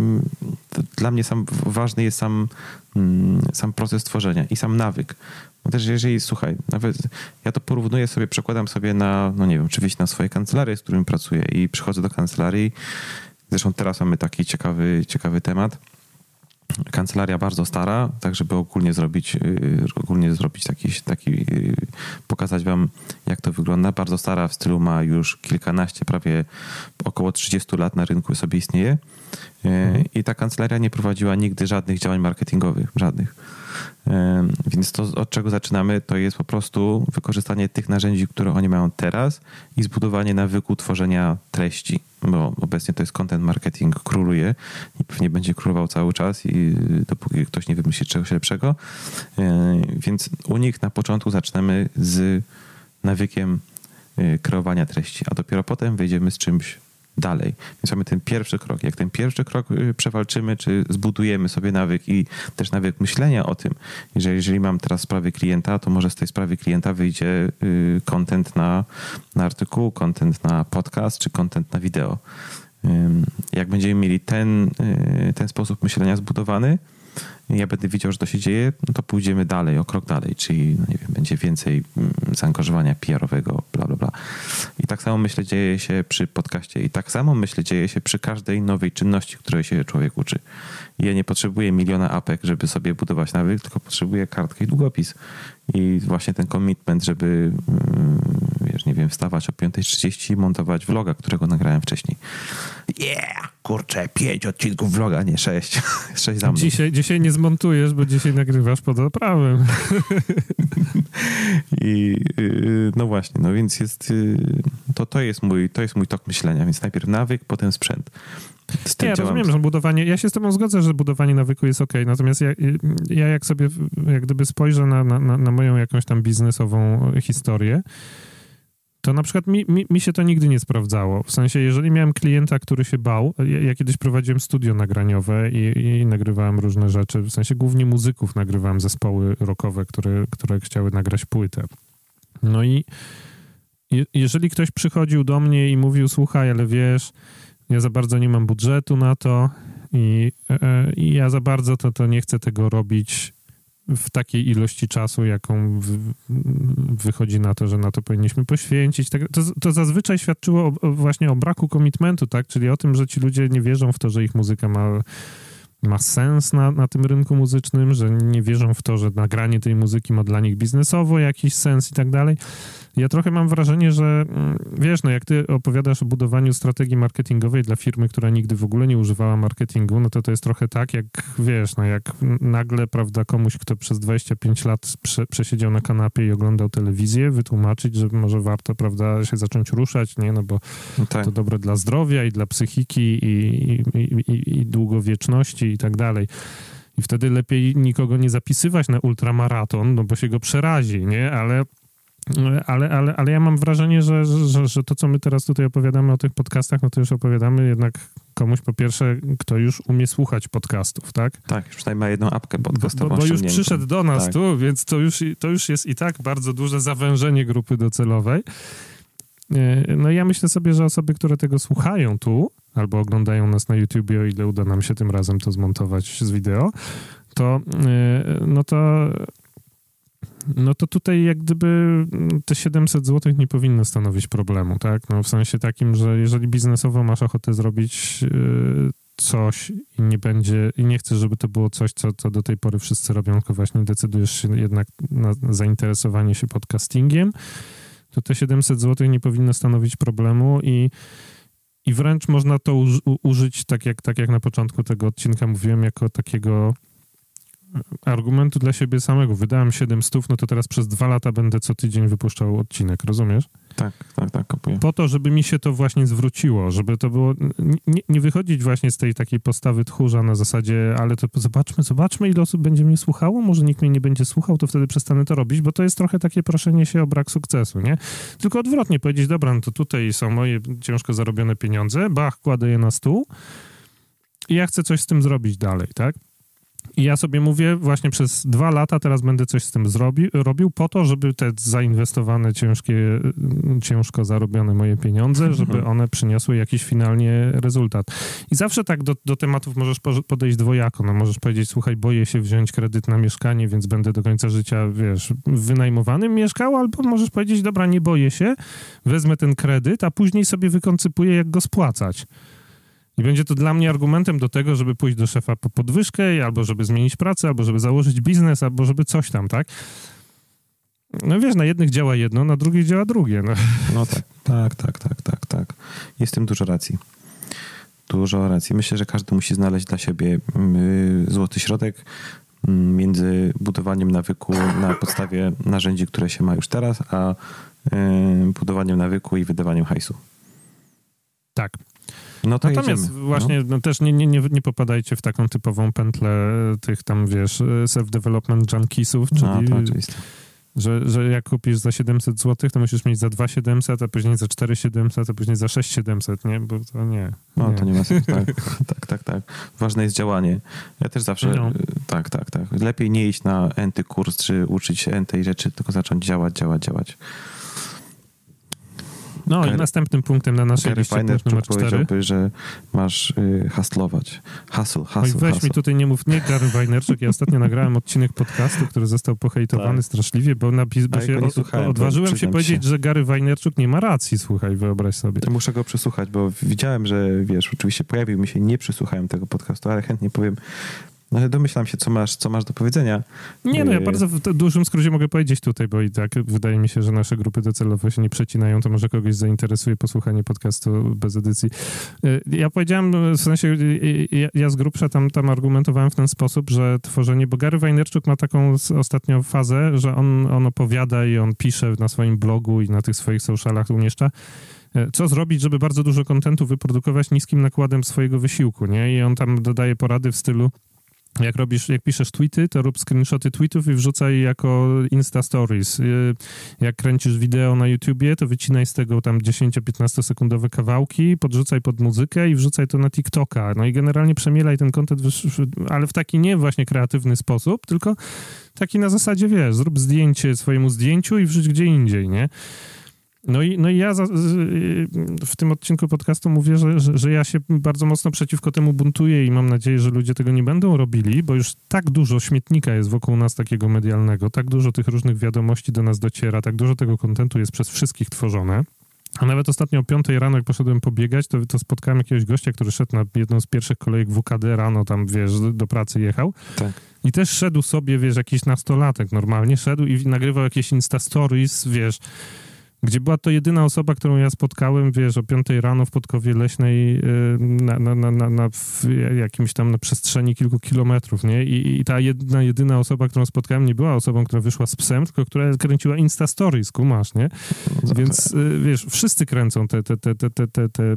yy, dla mnie sam ważny jest sam, yy, sam proces tworzenia i sam nawyk. Bo też jeżeli, słuchaj, nawet ja to porównuję sobie, przekładam sobie na, no nie wiem, oczywiście na swoje kancelarie, z którymi pracuję i przychodzę do kancelarii. Zresztą teraz mamy taki ciekawy, ciekawy temat. Kancelaria bardzo stara, tak żeby ogólnie zrobić, ogólnie zrobić taki, taki, pokazać wam, jak to wygląda. Bardzo stara w stylu ma już kilkanaście, prawie około trzydziestu lat na rynku sobie istnieje. Mhm. I ta kancelaria nie prowadziła nigdy żadnych działań marketingowych, żadnych. Więc to, od czego zaczynamy, to jest po prostu wykorzystanie tych narzędzi, które oni mają teraz i zbudowanie nawyku tworzenia treści, bo obecnie to jest content marketing, króluje i pewnie będzie królował cały czas i dopóki ktoś nie wymyśli czegoś lepszego. Więc u nich na początku zaczynamy z nawykiem kreowania treści, a dopiero potem wejdziemy z czymś dalej. Więc mamy ten pierwszy krok. Jak ten pierwszy krok przewalczymy, czy zbudujemy sobie nawyk i też nawyk myślenia o tym, że jeżeli mam teraz sprawy klienta, to może z tej sprawy klienta wyjdzie content na, na artykuł, content na podcast, czy content na wideo. Jak będziemy mieli ten, ten sposób myślenia zbudowany, ja będę widział, że to się dzieje, no to pójdziemy dalej, o krok dalej, czyli no nie wiem, będzie więcej zaangażowania P R-owego, bla, bla, bla. I tak samo myślę dzieje się przy podcaście i tak samo myślę dzieje się przy każdej nowej czynności, której się człowiek uczy. I ja nie potrzebuję miliona apek, żeby sobie budować nawyk, tylko potrzebuję kartkę i długopis. I właśnie ten commitment, żeby wiesz, nie wiem, wstawać o piąta trzydzieści i montować vloga, którego nagrałem wcześniej. Yeah! Kurczę, pięć odcinków vloga, nie sześć. Sześć za mną. Dzisiaj, dzisiaj nie zmontujesz, bo dzisiaj nagrywasz pod oprawem. I no właśnie, no więc jest to, to jest mój, to jest mój tok myślenia, więc najpierw nawyk, potem sprzęt. Ja rozumiem, że budowanie, ja się z tobą zgodzę, że budowanie nawyku jest okej, okay. Natomiast ja, ja jak sobie, jak gdyby spojrzę na, na, na moją jakąś tam biznesową historię, to na przykład mi, mi, mi się to nigdy nie sprawdzało. W sensie, jeżeli miałem klienta, który się bał, ja, ja kiedyś prowadziłem studio nagraniowe i, i nagrywałem różne rzeczy, w sensie głównie muzyków nagrywałem, zespoły rockowe, które, które chciały nagrać płytę. No i je, jeżeli ktoś przychodził do mnie i mówił, słuchaj, ale wiesz, ja za bardzo nie mam budżetu na to i, e, i ja za bardzo to, to nie chcę tego robić w takiej ilości czasu, jaką w, wychodzi na to, że na to powinniśmy poświęcić. Tak, to, to zazwyczaj świadczyło o, właśnie o braku commitmentu, tak? Czyli o tym, że ci ludzie nie wierzą w to, że ich muzyka ma, ma sens na, na tym rynku muzycznym, że nie wierzą w to, że nagranie tej muzyki ma dla nich biznesowo jakiś sens i tak dalej. Ja trochę mam wrażenie, że wiesz, no jak ty opowiadasz o budowaniu strategii marketingowej dla firmy, która nigdy w ogóle nie używała marketingu, no to to jest trochę tak, jak wiesz, no jak nagle, prawda, komuś, kto przez dwadzieścia pięć lat prze, przesiedział na kanapie i oglądał telewizję, wytłumaczyć, że może warto, prawda, się zacząć ruszać, nie, no bo no tak. To dobre dla zdrowia i dla psychiki i, i, i, i długowieczności i tak dalej. I wtedy lepiej nikogo nie zapisywać na ultramaraton, no bo się go przerazi, nie, ale Ale, ale, ale ja mam wrażenie, że, że, że to, co my teraz tutaj opowiadamy o tych podcastach, no to już opowiadamy jednak komuś, po pierwsze, kto już umie słuchać podcastów, tak? Tak, już przynajmniej ma jedną apkę podcastową. Bo, bo już przyszedł do nas tak. tu, więc to już, to już jest i tak bardzo duże zawężenie grupy docelowej. No ja myślę sobie, że osoby, które tego słuchają tu, albo oglądają nas na YouTubie, o ile uda nam się tym razem to zmontować z wideo, to no to no to tutaj jak gdyby te siedemset złotych nie powinno stanowić problemu, tak? No w sensie takim, że jeżeli biznesowo masz ochotę zrobić yy, coś i nie będzie, i nie chcesz, żeby to było coś, co, co do tej pory wszyscy robią, tylko właśnie decydujesz się jednak na zainteresowanie się podcastingiem, to te siedemset złotych nie powinno stanowić problemu i, i wręcz można to uż, użyć, tak jak, tak jak na początku tego odcinka mówiłem, jako takiego argumentu dla siebie samego. Wydałem siedem stów, no to teraz przez dwa lata będę co tydzień wypuszczał odcinek, rozumiesz? Tak, tak, tak, kupuję. Po to, żeby mi się to właśnie zwróciło, żeby to było, nie, nie wychodzić właśnie z tej takiej postawy tchórza na zasadzie, ale to zobaczmy, zobaczmy, ile osób będzie mnie słuchało, może nikt mnie nie będzie słuchał, to wtedy przestanę to robić, bo to jest trochę takie proszenie się o brak sukcesu, nie? Tylko odwrotnie, powiedzieć, dobra, no to tutaj są moje ciężko zarobione pieniądze, bach, kładę je na stół i ja chcę coś z tym zrobić dalej, tak? I ja sobie mówię, właśnie przez dwa lata teraz będę coś z tym zrobi, robił po to, żeby te zainwestowane, ciężkie, ciężko zarobione moje pieniądze, żeby one przyniosły jakiś finalnie rezultat. I zawsze tak do, do tematów możesz podejść dwojako. No możesz powiedzieć, słuchaj, boję się wziąć kredyt na mieszkanie, więc będę do końca życia, wiesz, w wynajmowanym mieszkał, albo możesz powiedzieć, dobra, nie boję się, wezmę ten kredyt, a później sobie wykoncypuję, jak go spłacać. I będzie to dla mnie argumentem do tego, żeby pójść do szefa po podwyżkę, albo żeby zmienić pracę, albo żeby założyć biznes, albo żeby coś tam, tak? No wiesz, na jednych działa jedno, na drugich działa drugie. No, no tak, tak, tak, tak, tak, tak. Jest w tym dużo racji. Dużo racji. Myślę, że każdy musi znaleźć dla siebie złoty środek między budowaniem nawyku na podstawie narzędzi, które się ma już teraz, a budowaniem nawyku i wydawaniem hajsu. Tak. No to Natomiast jedziemy. właśnie no. No też nie, nie, nie, nie popadajcie w taką typową pętlę tych tam, wiesz, self-development junkiesów, czyli no, to oczywiste. Że, że jak kupisz za siedemset złotych, to musisz mieć za dwa tysiące siedemset, a później za cztery tysiące siedemset, a później za sześć tysięcy siedemset, nie? Bo to nie. No nie. to nie ma sensu. Tak, tak, tak, tak. Ważne jest działanie. Ja też zawsze, no. tak, tak, tak. Lepiej nie iść na enty kurs, czy uczyć się entej rzeczy, tylko zacząć działać, działać, działać. No Gary, i następnym punktem na naszej Gary liście punkt numer cztery. Powiedziałby, że masz y, haslować. Hustle, hustle, Oj, weź hustle. mi tutaj nie mów, nie Gary Vaynerchuk. Ja ostatnio nagrałem odcinek podcastu, który został pohejtowany tak. straszliwie, bo, napis, bo się o, odważyłem się powiedzieć, się. że Gary Vaynerchuk nie ma racji, słuchaj, wyobraź sobie. Ja muszę go przesłuchać, bo widziałem, że wiesz, oczywiście pojawił mi się, nie przesłuchałem tego podcastu, ale chętnie powiem. No ale domyślam się, co masz, co masz do powiedzenia. Nie, no ja bardzo w dużym skrócie mogę powiedzieć tutaj, bo i tak wydaje mi się, że nasze grupy docelowe się nie przecinają, to może kogoś zainteresuje posłuchanie podcastu bez edycji. Ja powiedziałem, w sensie, ja, ja z grubsza tam, tam argumentowałem w ten sposób, że tworzenie, bo Gary Vaynerchuk ma taką ostatnią fazę, że on, on opowiada i on pisze na swoim blogu i na tych swoich socialach umieszcza, co zrobić, żeby bardzo dużo kontentu wyprodukować niskim nakładem swojego wysiłku, nie? I on tam dodaje porady w stylu, jak robisz, jak piszesz tweety, to rób screenshoty tweetów i wrzucaj jako Insta Stories. Jak kręcisz wideo na YouTubie, to wycinaj z tego tam dziesięcio-piętnasto sekundowe kawałki, podrzucaj pod muzykę i wrzucaj to na TikToka. No i generalnie przemielaj ten content, ale w taki nie właśnie kreatywny sposób, tylko taki na zasadzie, wiesz, zrób zdjęcie swojemu zdjęciu i wrzuć gdzie indziej, nie? No i, no i ja za, w tym odcinku podcastu mówię, że, że, że ja się bardzo mocno przeciwko temu buntuję i mam nadzieję, że ludzie tego nie będą robili, bo już tak dużo śmietnika jest wokół nas takiego medialnego, tak dużo tych różnych wiadomości do nas dociera, tak dużo tego kontentu jest przez wszystkich tworzone. A nawet ostatnio o piątej rano, jak poszedłem pobiegać, to, to spotkałem jakiegoś gościa, który szedł na jedną z pierwszych kolejek W K D rano, tam, wiesz, do pracy jechał. Tak. I też szedł sobie, wiesz, jakiś nastolatek normalnie, szedł i nagrywał jakieś Insta Stories, wiesz, gdzie była to jedyna osoba, którą ja spotkałem, wiesz, o piątej rano w Podkowie Leśnej na, na, na, na, na w jakimś tam na przestrzeni kilku kilometrów, nie? I, i ta jedna, jedyna osoba, którą spotkałem, nie była osobą, która wyszła z psem, tylko która kręciła Insta Stories, kumasz, nie? No, więc, wiesz, wszyscy kręcą te, te, te, te, te, te, te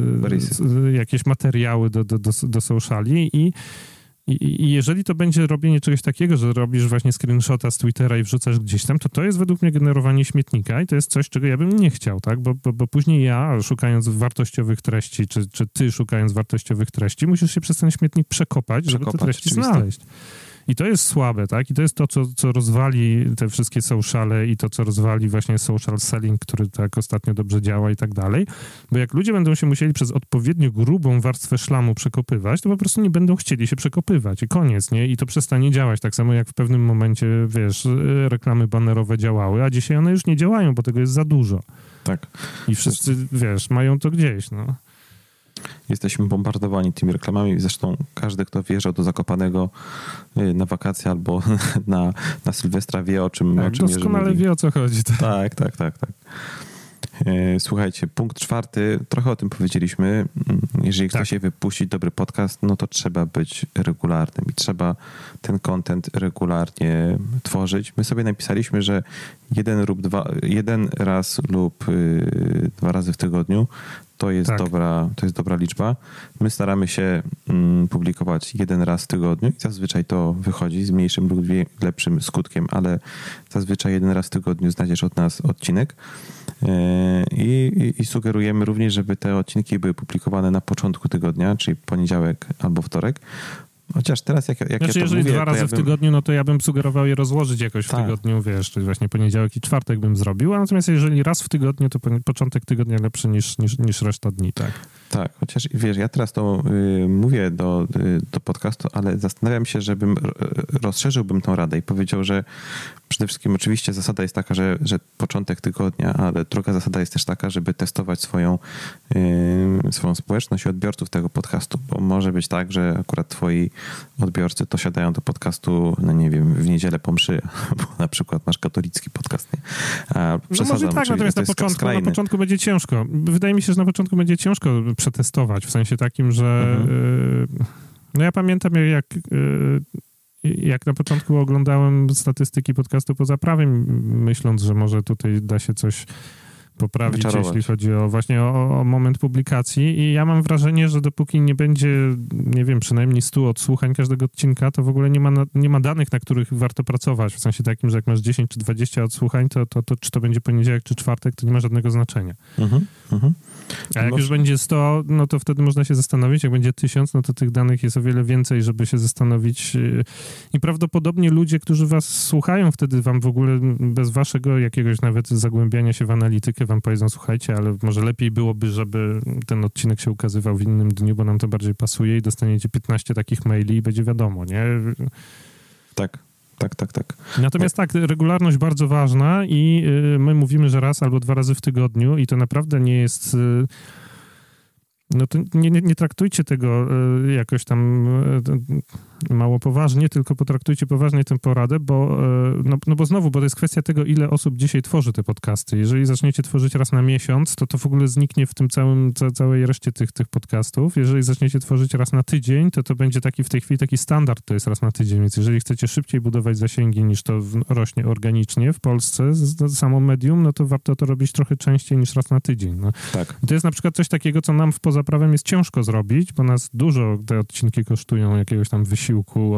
jakieś materiały do, do, do, do sociali i I, I jeżeli to będzie robienie czegoś takiego, że robisz właśnie screenshota z Twittera i wrzucasz gdzieś tam, to to jest według mnie generowanie śmietnika i to jest coś, czego ja bym nie chciał, tak? Bo, bo, bo później ja, szukając wartościowych treści, czy, czy ty szukając wartościowych treści, musisz się przez ten śmietnik przekopać, żeby przekopać, te treści oczywiste. znaleźć. I to jest słabe, tak? I to jest to, co, co rozwali te wszystkie sociale i to, co rozwali właśnie social selling, który tak ostatnio dobrze działa i tak dalej. Bo jak ludzie będą się musieli przez odpowiednio grubą warstwę szlamu przekopywać, to po prostu nie będą chcieli się przekopywać. I koniec, nie? I to przestanie działać. Tak samo jak w pewnym momencie, wiesz, reklamy banerowe działały, a dzisiaj one już nie działają, bo tego jest za dużo. Tak. I wszyscy, wiesz, mają to gdzieś, no. Jesteśmy bombardowani tymi reklamami. Zresztą każdy, kto wjeżdżał do Zakopanego na wakacje albo na, na Sylwestra wie, o czym, tak, o czym doskonale wie, o co chodzi. Tak, tak, tak, tak. tak. Słuchajcie, punkt czwarty, trochę o tym powiedzieliśmy. Jeżeli chce tak. się wypuścić dobry podcast, no to trzeba być regularnym i trzeba ten content regularnie tworzyć. My sobie napisaliśmy, że jeden lub dwa, jeden raz lub y, dwa razy w tygodniu to jest, tak. dobra, to jest dobra liczba. My staramy się mm, publikować jeden raz w tygodniu i zazwyczaj to wychodzi z mniejszym lub lepszym skutkiem, ale zazwyczaj jeden raz w tygodniu znajdziesz od nas odcinek. I, i, I sugerujemy również, żeby te odcinki były publikowane na początku tygodnia, czyli poniedziałek albo wtorek. Chociaż teraz jak, jak znaczy, ja to jeżeli mówię, dwa razy ja w bym... tygodniu, no to ja bym sugerował je rozłożyć jakoś w tak. tygodniu, wiesz, czyli właśnie poniedziałek i czwartek bym zrobił, a natomiast jeżeli raz w tygodniu, to początek tygodnia lepszy niż, niż, niż reszta dni, tak. Tak, chociaż wiesz, ja teraz to y, mówię do, y, do podcastu, ale zastanawiam się, żebym y, rozszerzyłbym tą radę i powiedział, że przede wszystkim oczywiście zasada jest taka, że, że początek tygodnia, ale druga zasada jest też taka, żeby testować swoją, y, swoją społeczność i odbiorców tego podcastu, bo może być tak, że akurat twoi odbiorcy to siadają do podcastu, no nie wiem, w niedzielę po mszy, bo na przykład masz katolicki podcast, nie? A no może tak, natomiast na początku, na początku będzie ciężko. Wydaje mi się, że na początku będzie ciężko przetestować, w sensie takim, że mhm. y, no ja pamiętam jak y, jak na początku oglądałem statystyki podcastu Poza Prawem, myśląc, że może tutaj da się coś poprawić, wyczarować. Jeśli chodzi o właśnie o, o moment publikacji i ja mam wrażenie, że dopóki nie będzie, nie wiem, przynajmniej stu odsłuchań każdego odcinka, to w ogóle nie ma, na, nie ma danych, na których warto pracować, w sensie takim, że jak masz dziesięć czy dwadzieścia odsłuchań, to, to, to czy to będzie poniedziałek czy czwartek, to nie ma żadnego znaczenia. Mhm, mhm. A jak już będzie sto, no to wtedy można się zastanowić, jak będzie tysiąc, no to tych danych jest o wiele więcej, żeby się zastanowić i prawdopodobnie ludzie, którzy was słuchają, wtedy wam w ogóle bez waszego jakiegoś nawet zagłębiania się w analitykę wam powiedzą, słuchajcie, ale może lepiej byłoby, żeby ten odcinek się ukazywał w innym dniu, bo nam to bardziej pasuje i dostaniecie piętnaście takich maili i będzie wiadomo, nie? Tak. Tak, tak, tak. Natomiast tak, regularność bardzo ważna i y, my mówimy, że raz albo dwa razy w tygodniu i to naprawdę nie jest... Y, no to nie, nie, nie traktujcie tego y, jakoś tam y, mało poważnie, tylko potraktujcie poważnie tę poradę, bo, y, no, no bo znowu, bo to jest kwestia tego, ile osób dzisiaj tworzy te podcasty. Jeżeli zaczniecie tworzyć raz na miesiąc, to to w ogóle zniknie w tym całym, ca, całej reszcie tych, tych podcastów. Jeżeli zaczniecie tworzyć raz na tydzień, to to będzie taki w tej chwili taki standard, to jest raz na tydzień, więc jeżeli chcecie szybciej budować zasięgi niż to w, rośnie organicznie w Polsce, z, z, samo medium, no to warto to robić trochę częściej niż raz na tydzień. No. Tak. I to jest na przykład coś takiego, co nam w Poza Prawem jest ciężko zrobić, bo nas dużo te odcinki kosztują jakiegoś tam wysiłku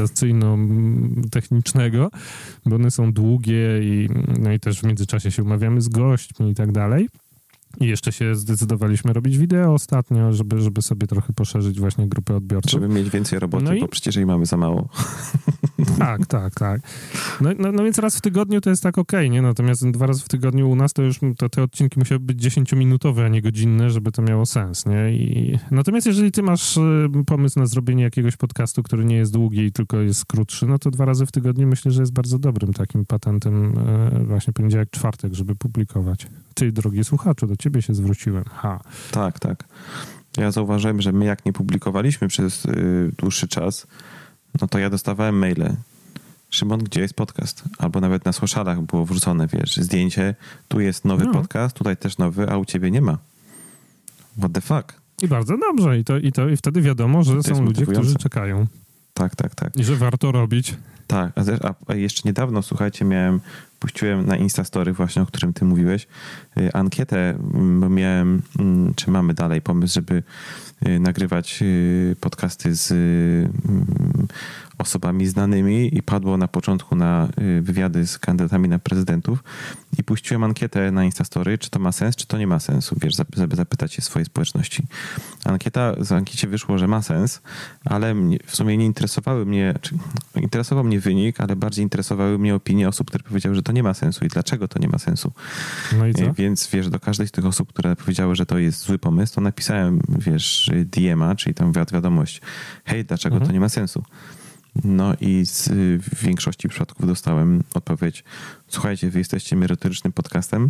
organizacyjno-technicznego, bo one są długie i, no i też w międzyczasie się umawiamy z gośćmi i tak dalej. I jeszcze się zdecydowaliśmy robić wideo ostatnio, żeby, żeby sobie trochę poszerzyć właśnie grupę odbiorców. Żeby mieć więcej roboty, no i... bo przecież jej mamy za mało. Tak, tak, tak. No, no, no więc raz w tygodniu to jest tak okej, okay, nie? Natomiast dwa razy w tygodniu u nas to już to te odcinki musiały być dziesięciominutowe, a nie godzinne, żeby to miało sens, nie? I... Natomiast jeżeli ty masz pomysł na zrobienie jakiegoś podcastu, który nie jest długi i tylko jest krótszy, no to dwa razy w tygodniu myślę, że jest bardzo dobrym takim patentem właśnie poniedziałek, czwartek, żeby publikować. Ty, drogi słuchaczu, do ciebie się zwróciłem. Ha. Tak, tak. Ja zauważyłem, że my jak nie publikowaliśmy przez y, dłuższy czas, no to ja dostawałem maile. Szymon, gdzie jest podcast? Albo nawet na socialach było wrzucone, wiesz, zdjęcie, tu jest nowy no. podcast, tutaj też nowy, a u ciebie nie ma. What the fuck? I bardzo dobrze. I, to, i, to, i wtedy wiadomo, że to są ludzie, którzy czekają. Tak, tak, tak. I że warto robić. Tak, a, a jeszcze niedawno, słuchajcie, miałem, puściłem na Instastory właśnie, o którym ty mówiłeś, y, ankietę, bo miałem, y, czy mamy dalej pomysł, żeby y, nagrywać y, podcasty z y, osobami znanymi i padło na początku na wywiady z kandydatami na prezydentów i puściłem ankietę na Instastory, czy to ma sens, czy to nie ma sensu, wiesz, żeby zapytać się swojej społeczności. Ankieta, z ankiecie wyszło, że ma sens, ale mnie, w sumie nie interesowały mnie, czy, interesował mnie wynik, ale bardziej interesowały mnie opinie osób, które powiedziały, że to nie ma sensu i dlaczego to nie ma sensu. No i co? Więc wiesz, do każdej z tych osób, które powiedziały, że to jest zły pomysł, to napisałem, wiesz, D M a, czyli tam wiadomość, hej, dlaczego mhm. to nie ma sensu? No i z, w większości przypadków dostałem odpowiedź, słuchajcie, wy jesteście merytorycznym podcastem,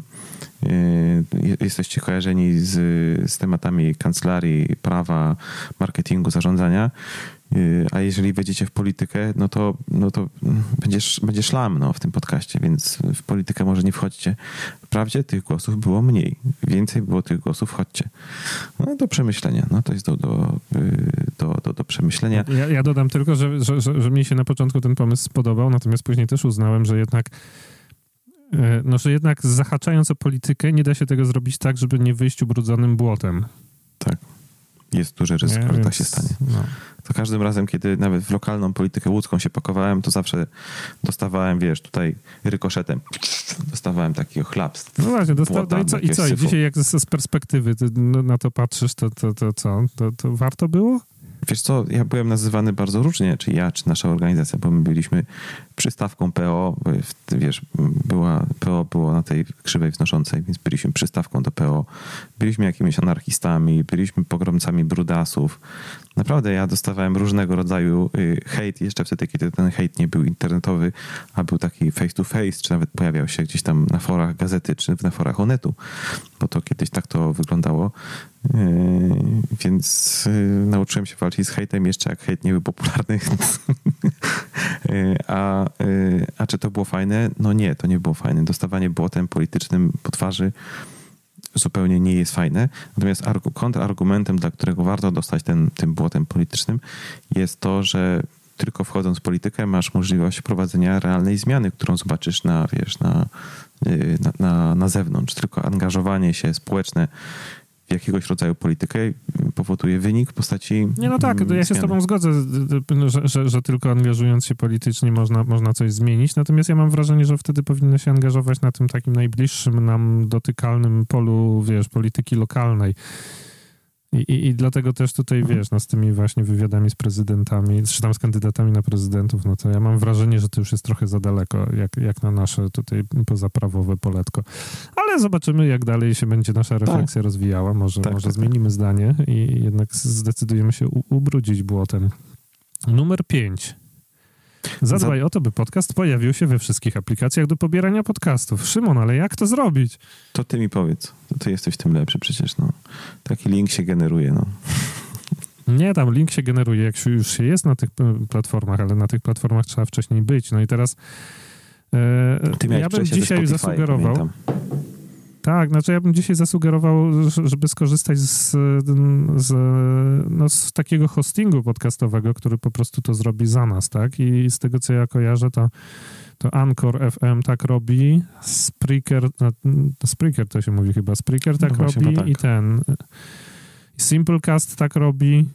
yy, jesteście kojarzeni z, z tematami kancelarii, prawa, marketingu, zarządzania, yy, a jeżeli wejdziecie w politykę, no to, no to będzie, będzie szlam no, w tym podcaście, więc w politykę może nie wchodźcie. Wprawdzie tych głosów było mniej, więcej było tych głosów, chodźcie. No do przemyślenia, no to jest do, do, do, do, do przemyślenia. Ja, ja dodam tylko, że, że, że, że mi się na początku ten pomysł spodobał, natomiast później też uznałem, że jednak no, że jednak zahaczając o politykę nie da się tego zrobić tak, żeby nie wyjść ubrudzonym błotem. Tak. Jest duże ryzyko, nie, że więc, tak się stanie. No. To każdym razem, kiedy nawet w lokalną politykę łódzką się pakowałem, to zawsze dostawałem, wiesz, tutaj rykoszetem. Dostawałem takiego chlapstw. No właśnie, dosta- no i co? I, co? I dzisiaj jak z, z perspektywy ty na to patrzysz, to, to, to co? To, to warto było? Wiesz co, ja byłem nazywany bardzo różnie, czy ja, czy nasza organizacja, bo my byliśmy przystawką P O, wiesz, była, P O było na tej krzywej wznoszącej, więc byliśmy przystawką do P O. Byliśmy jakimiś anarchistami, byliśmy pogromcami brudasów. Naprawdę ja dostawałem różnego rodzaju hejt, jeszcze wtedy, kiedy ten hejt nie był internetowy, a był taki face to face, czy nawet pojawiał się gdzieś tam na forach gazety, czy na forach Onetu, bo to kiedyś tak to wyglądało. Yy, więc yy, nauczyłem się walczyć z hejtem jeszcze jak hejt nie był popularny. yy, a, yy, a czy to było fajne? No nie, to nie było fajne. Dostawanie błotem politycznym po twarzy zupełnie nie jest fajne. Natomiast argu- kontrargumentem, dla którego warto dostać ten, tym błotem politycznym, jest to, że tylko wchodząc w politykę masz możliwość prowadzenia realnej zmiany, którą zobaczysz na, wiesz, na, yy, na, na, na zewnątrz. Tylko angażowanie się społeczne w jakiegoś rodzaju politykę powoduje wynik w postaci Nie, no tak, ja się z tobą zgodzę, że, że, że tylko angażując się politycznie można, można coś zmienić, natomiast ja mam wrażenie, że wtedy powinno się angażować na tym takim najbliższym nam dotykalnym polu, wiesz, polityki lokalnej. I, i, I dlatego też tutaj, wiesz, no z tymi właśnie wywiadami z prezydentami, czy tam z kandydatami na prezydentów, no to ja mam wrażenie, że to już jest trochę za daleko, jak, jak na nasze tutaj pozaprawowe poletko. Ale zobaczymy, jak dalej się będzie nasza refleksja tak. rozwijała. Może, tak, może tak, zmienimy tak. zdanie i jednak zdecydujemy się u, ubrudzić błotem. Numer pięć. Zadbaj Za... o to, by podcast pojawił się we wszystkich aplikacjach do pobierania podcastów. Szymon, ale jak to zrobić? To ty mi powiedz. To ty jesteś w tym lepszy przecież, no. Taki link się generuje, no. Nie, tam link się generuje, jak się już się jest na tych platformach, ale na tych platformach trzeba wcześniej być. No i teraz e, ty ja bym dzisiaj Spotify, zasugerował... Pamiętam. Tak, znaczy ja bym dzisiaj zasugerował, żeby skorzystać z, z, no, z takiego hostingu podcastowego, który po prostu to zrobi za nas, tak? I z tego, co ja kojarzę, to, to Anchor F M tak robi, Spreaker, no, Spreaker to się mówi chyba, Spreaker tak no robi tak. i ten Simplecast tak robi.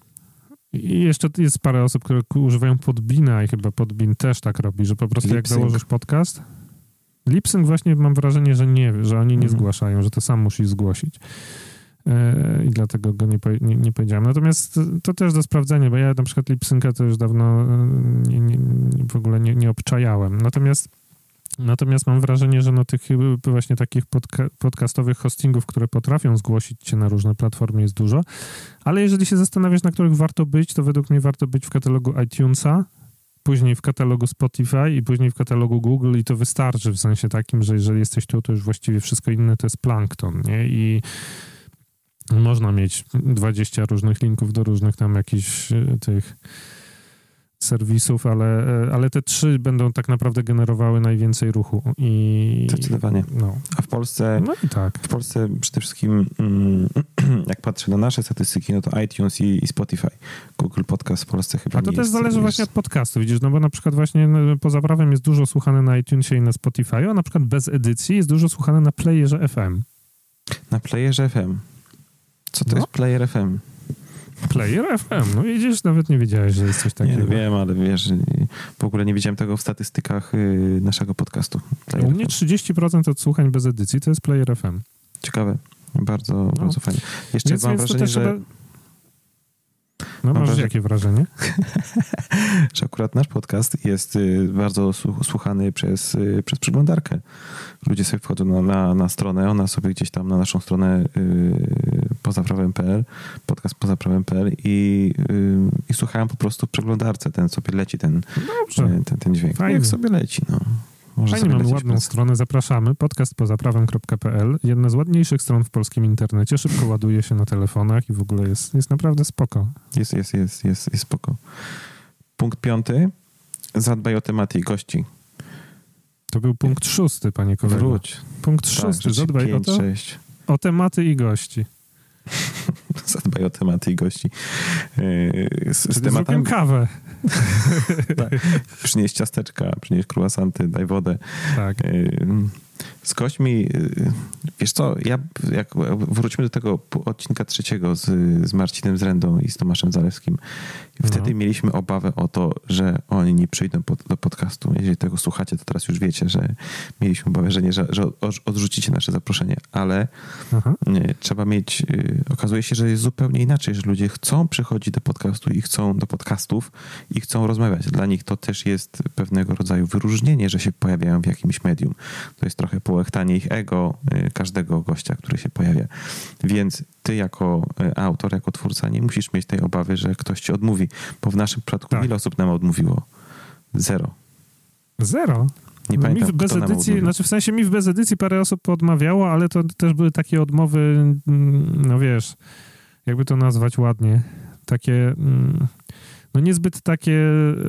I jeszcze jest parę osób, które używają Podbeana i chyba Podbean też tak robi, że po prostu jak założysz podcast... Lipsync właśnie mam wrażenie, że nie, że oni nie mhm. zgłaszają, że to sam musisz zgłosić. Yy, I dlatego go nie, nie, nie powiedziałem. Natomiast to też do sprawdzenia, bo ja na przykład Lipsynca to już dawno nie, nie, w ogóle nie, nie obczajałem. Natomiast, natomiast mam wrażenie, że no tych właśnie takich podca- podcastowych hostingów, które potrafią zgłosić cię na różne platformy jest dużo. Ale jeżeli się zastanawiasz, na których warto być, to według mnie warto być w katalogu iTunesa, później w katalogu Spotify i później w katalogu Google i to wystarczy w sensie takim, że jeżeli jesteś tu, to już właściwie wszystko inne to jest plankton, nie? I można mieć dwadzieścia różnych linków do różnych tam jakichś tych serwisów, ale, ale te trzy będą tak naprawdę generowały najwięcej ruchu. I, Zdecydowanie. No. A w Polsce, no i tak. w Polsce przede wszystkim jak patrzę na nasze statystyki, no to iTunes i, i Spotify. Google Podcast w Polsce chyba A to nie też jest, zależy jest... właśnie od podcastu, widzisz, no bo na przykład właśnie poza prawem jest dużo słuchane na iTunesie i na Spotify, a na przykład bez edycji jest dużo słuchane na Playerze F M. Na Playerze F M. Co to no? jest Player F M? Player F M, no widzisz, nawet nie wiedziałeś, że jest coś takiego. Nie, wiem, ale wiesz, w ogóle nie widziałem tego w statystykach naszego podcastu. U mnie trzydzieści procent odsłuchań bez edycji to jest Player F M. Ciekawe, bardzo, no. bardzo fajnie. Jeszcze Więc, mam więc wrażenie, że... Chyba... No masz wrażenie... jakie wrażenie? że akurat nasz podcast jest bardzo słuchany przez, przez przeglądarkę. Ludzie sobie wchodzą na, na, na stronę, ona sobie gdzieś tam na naszą stronę yy, pozaprawem kropka p l, podcast pozaprawem kropka p l i, yy, i słuchają po prostu w przeglądarce. Ten sobie leci ten, ten, ten, ten dźwięk. Fajnie. Jak sobie leci, no. Może Fajnie, mamy ładną przez... stronę, zapraszamy. Podcast pozaprawem kropka p l. Jedna z ładniejszych stron w polskim internecie. Szybko ładuje się na telefonach i w ogóle jest, jest naprawdę spoko. Jest, jest, jest, jest, jest spoko. Punkt piąty. Zadbaj o tematy i gości. To był punkt szósty, panie kolego. Wróć. Punkt tak, szósty. Zadbaj pięć, o to, sześć. O tematy i gości. Zadbaj o tematy i gości. Yy, z, z tematami... kawę. Tak. Przynieś ciasteczka, przynieś kruasanty, daj wodę. Tak. Yy, z gośćmi, wiesz co, ja, jak wróćmy do tego odcinka trzeciego z, z Marcinem Zrendą i z Tomaszem Zalewskim. Wtedy no. mieliśmy obawę o to, że oni nie przyjdą pod, do podcastu. Jeżeli tego słuchacie, to teraz już wiecie, że mieliśmy obawę, że nie, że, że odrzucicie nasze zaproszenie, ale nie, trzeba mieć, okazuje się, że jest zupełnie inaczej, że ludzie chcą przychodzić do podcastu i chcą do podcastów i chcą rozmawiać. Dla nich to też jest pewnego rodzaju wyróżnienie, że się pojawiają w jakimś medium. To jest trochę połechtanie ich ego, każdego gościa, który się pojawia. Więc ty jako autor, jako twórca nie musisz mieć tej obawy, że ktoś ci odmówi, bo w naszym przypadku tak. ile osób nam odmówiło? Zero. Zero? Nie pamiętam, mi w bez kto edycji, znaczy w sensie mi w bez edycji parę osób odmawiało, ale to też były takie odmowy, no wiesz, jakby to nazwać ładnie, takie, no niezbyt takie,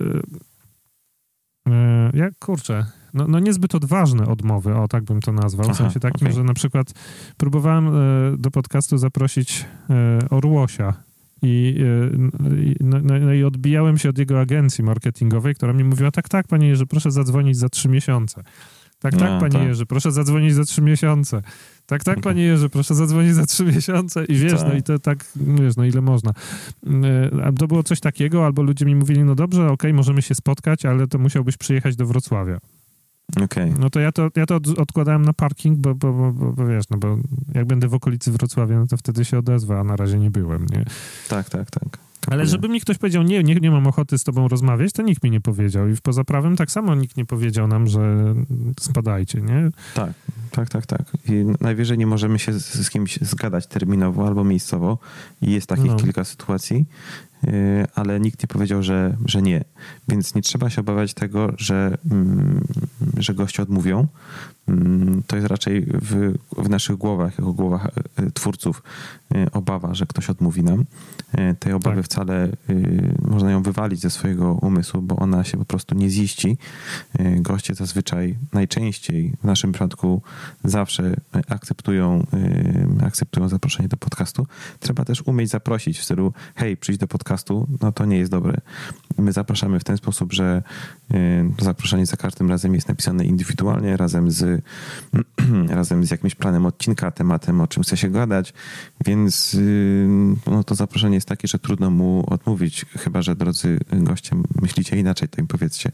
jak kurczę, No, no niezbyt odważne odmowy, o tak bym to nazwał. W Aha, sensie takim, okay. że na przykład próbowałem e, do podcastu zaprosić e, Orłosia i, e, no, no, no i odbijałem się od jego agencji marketingowej, która mi mówiła, tak, tak, panie Jerzy, proszę zadzwonić za trzy miesiące. Tak, tak, no, panie tak. Jerzy, proszę zadzwonić za trzy miesiące. Tak, tak, panie Jerzy, proszę zadzwonić za trzy miesiące i wiesz, tak. no i to tak, wiesz, no ile można. E, to było coś takiego, albo ludzie mi mówili, no dobrze, okej, okay, możemy się spotkać, ale to musiałbyś przyjechać do Wrocławia. Okay. No to ja to, ja to od, odkładałem na parking, bo, bo, bo, bo, bo wiesz, no bo jak będę w okolicy Wrocławia, no to wtedy się odezwę, a na razie nie byłem, nie? Tak, tak, tak. Ale żeby mi ktoś powiedział, nie, nie, nie mam ochoty z tobą rozmawiać, to nikt mi nie powiedział. I w Poza Prawem tak samo nikt nie powiedział nam, że spadajcie, nie? Tak, tak, tak, tak. I najwyżej nie możemy się z, z kimś zgadać terminowo albo miejscowo. I jest takich no. kilka sytuacji, yy, ale nikt nie powiedział, że, że nie. Więc nie trzeba się obawiać tego, że, mm, że goście odmówią. Mm, to jest raczej w, w naszych głowach, jako głowach y, twórców, y, obawa, że ktoś odmówi nam. Y, tej obawy tak. wcale y, można ją wywalić ze swojego umysłu, bo ona się po prostu nie ziści. Y, goście zazwyczaj, najczęściej w naszym przypadku zawsze akceptują, y, akceptują zaproszenie do podcastu. Trzeba też umieć zaprosić w stylu, hej, przyjdź do podcastu, no to nie jest dobre. My zapraszamy w ten sposób, że y, zaproszenie za każdym razem jest napisane indywidualnie, razem z razem z jakimś planem odcinka, tematem, o czym chce się gadać, więc no, to zaproszenie jest takie, że trudno mu odmówić, chyba że drodzy goście myślicie inaczej, to im powiedzcie.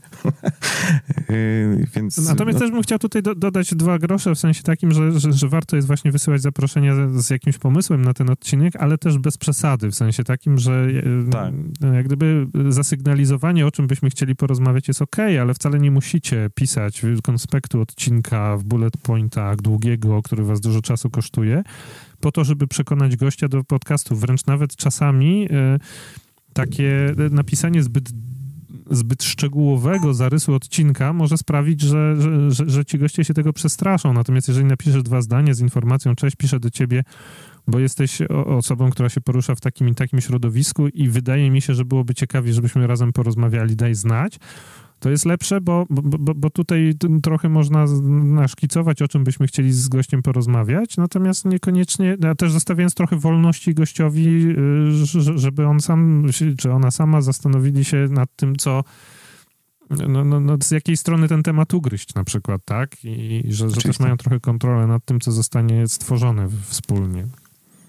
Więc, Natomiast no... też bym chciał tutaj do, dodać dwa grosze, w sensie takim, że, że, że warto jest właśnie wysyłać zaproszenia z, z jakimś pomysłem na ten odcinek, ale też bez przesady, w sensie takim, że tak. jak gdyby zasygnalizowanie, o czym byśmy chcieli porozmawiać jest okej, okay, ale wcale nie musicie pisać konspektu odcinka w bullet pointach długiego, który was dużo czasu kosztuje, po to, żeby przekonać gościa do podcastu. Wręcz nawet czasami y, takie napisanie zbyt, zbyt szczegółowego zarysu odcinka może sprawić, że, że, że, że ci goście się tego przestraszą. Natomiast jeżeli napiszesz dwa zdania z informacją, cześć, piszę do ciebie, bo jesteś osobą, która się porusza w takim i takim środowisku i wydaje mi się, że byłoby ciekawie, żebyśmy razem porozmawiali, daj znać. To jest lepsze, bo, bo, bo tutaj trochę można naszkicować, o czym byśmy chcieli z gościem porozmawiać, natomiast niekoniecznie, ja też zostawiając trochę wolności gościowi, żeby on sam, czy ona sama zastanowili się nad tym, co, no, no, no z jakiej strony ten temat ugryźć na przykład, tak? I że, że też mają trochę kontrolę nad tym, co zostanie stworzone wspólnie.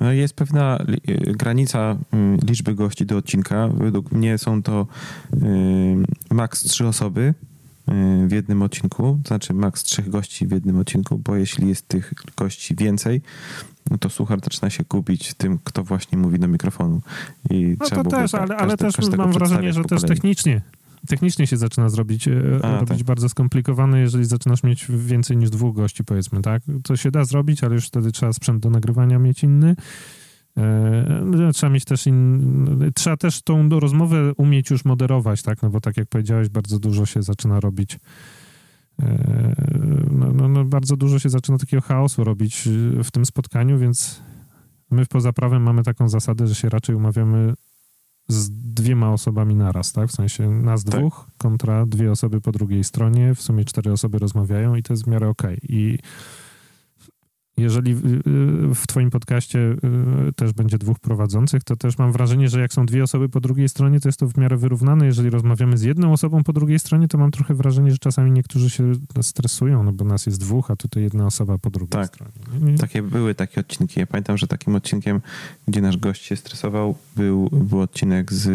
No jest pewna granica liczby gości do odcinka. Według mnie są to maks trzy osoby w jednym odcinku, to znaczy maks trzech gości w jednym odcinku, bo jeśli jest tych gości więcej, no to słuchacz zaczyna się gubić w tym, kto właśnie mówi do mikrofonu. I no trzeba to też, ale, ale też mam wrażenie, że też technicznie technicznie się zaczyna zrobić A, robić tak. bardzo skomplikowane, jeżeli zaczynasz mieć więcej niż dwóch gości, powiedzmy, tak? To się da zrobić, ale już wtedy trzeba sprzęt do nagrywania mieć inny. E, trzeba mieć też in... trzeba też tą rozmowę umieć już moderować, tak? No bo tak jak powiedziałeś, bardzo dużo się zaczyna robić e, no, no, no, bardzo dużo się zaczyna takiego chaosu robić w tym spotkaniu, więc my poza prawem mamy taką zasadę, że się raczej umawiamy z dwiema osobami naraz, tak? W sensie nas tak. dwóch kontra dwie osoby po drugiej stronie, w sumie cztery osoby rozmawiają i to jest w miarę okej. Okay. I jeżeli w twoim podcaście też będzie dwóch prowadzących, to też mam wrażenie, że jak są dwie osoby po drugiej stronie, to jest to w miarę wyrównane. Jeżeli rozmawiamy z jedną osobą po drugiej stronie, to mam trochę wrażenie, że czasami niektórzy się stresują, no bo nas jest dwóch, a tutaj jedna osoba po drugiej tak. stronie. Nie? Takie były takie odcinki. Ja pamiętam, że takim odcinkiem, gdzie nasz gość się stresował, był, był odcinek z,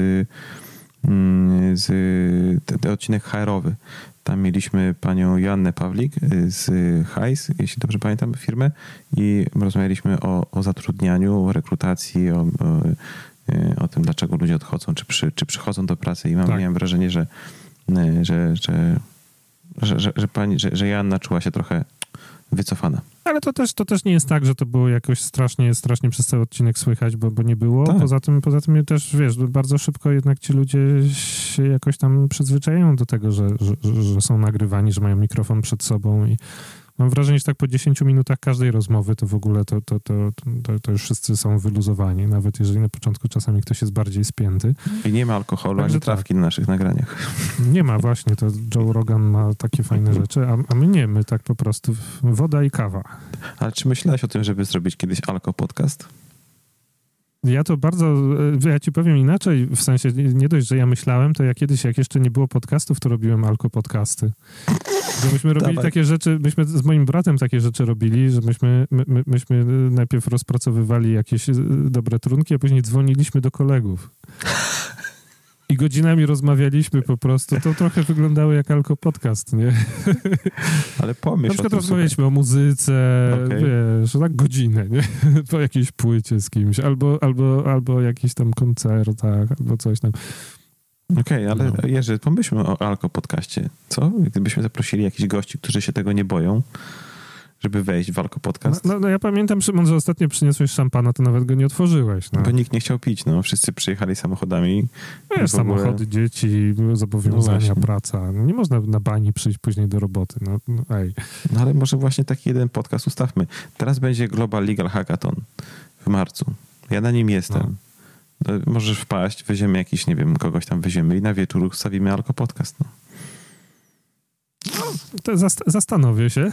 z ten odcinek H R-owy. Tam mieliśmy panią Joannę Pawlik z Hajs, jeśli dobrze pamiętam firmę, i rozmawialiśmy o, o zatrudnianiu, o rekrutacji, o, o, o tym, dlaczego ludzie odchodzą, czy, przy, czy przychodzą do pracy. I mam, tak. miałem wrażenie, że, że, że, że, że, że, pani, że, że Joanna czuła się trochę wycofana. Ale to też, to też nie jest tak, że to było jakoś strasznie, strasznie przez cały odcinek słychać, bo, bo nie było. Tak. Poza tym, poza tym też, wiesz, bardzo szybko jednak ci ludzie się jakoś tam przyzwyczajają do tego, że, że, że są nagrywani, że mają mikrofon przed sobą i mam wrażenie, że tak po dziesięciu minutach każdej rozmowy to w ogóle to, to, to, to, to już wszyscy są wyluzowani, nawet jeżeli na początku czasami ktoś jest bardziej spięty. I nie ma alkoholu, Także ani trawki tak. na naszych nagraniach. Nie ma właśnie, to Joe Rogan ma takie fajne rzeczy, a, a my nie, my tak po prostu woda i kawa. Ale czy myślałeś o tym, żeby zrobić kiedyś alko-podcast? Ja to bardzo, ja ci powiem inaczej, w sensie nie dość, że ja myślałem, to ja kiedyś, jak jeszcze nie było podcastów, to robiłem alko-podcasty. Bo myśmy robili Dawaj. takie rzeczy, myśmy z moim bratem takie rzeczy robili, że myśmy, my, my, myśmy najpierw rozpracowywali jakieś dobre trunki, a później dzwoniliśmy do kolegów. I godzinami rozmawialiśmy po prostu. To trochę wyglądało jak alko-podcast, nie? Ale pomyśl Na przykład rozmawialiśmy o muzyce, okay. wiesz, tak godzinę, nie? Po jakiejś płycie z kimś, albo, albo, albo o jakichś tam koncertach, albo coś tam. Okej, okay, ale no. Jerzy, pomyślmy o alko-podcaście. Co? Gdybyśmy zaprosili jakichś gości, którzy się tego nie boją, żeby wejść w alko-podcast? No, no ja pamiętam, Szymon, że ostatnio przyniosłeś szampana, to nawet go nie otworzyłeś. No. Bo nikt nie chciał pić, no. Wszyscy przyjechali samochodami. Wiesz, ogóle... samochody, dzieci, zobowiązania, no praca. No nie można na bani przyjść później do roboty. No, no, ej. no ale może właśnie taki jeden podcast ustawmy. Teraz będzie Global Legal Hackathon w marcu. Ja na nim jestem. No. Możesz wpaść, weźmiemy jakiś, nie wiem, kogoś tam weźmiemy i na wieczór ustawimy alko-podcast. No. No, to zast- zastanowię się.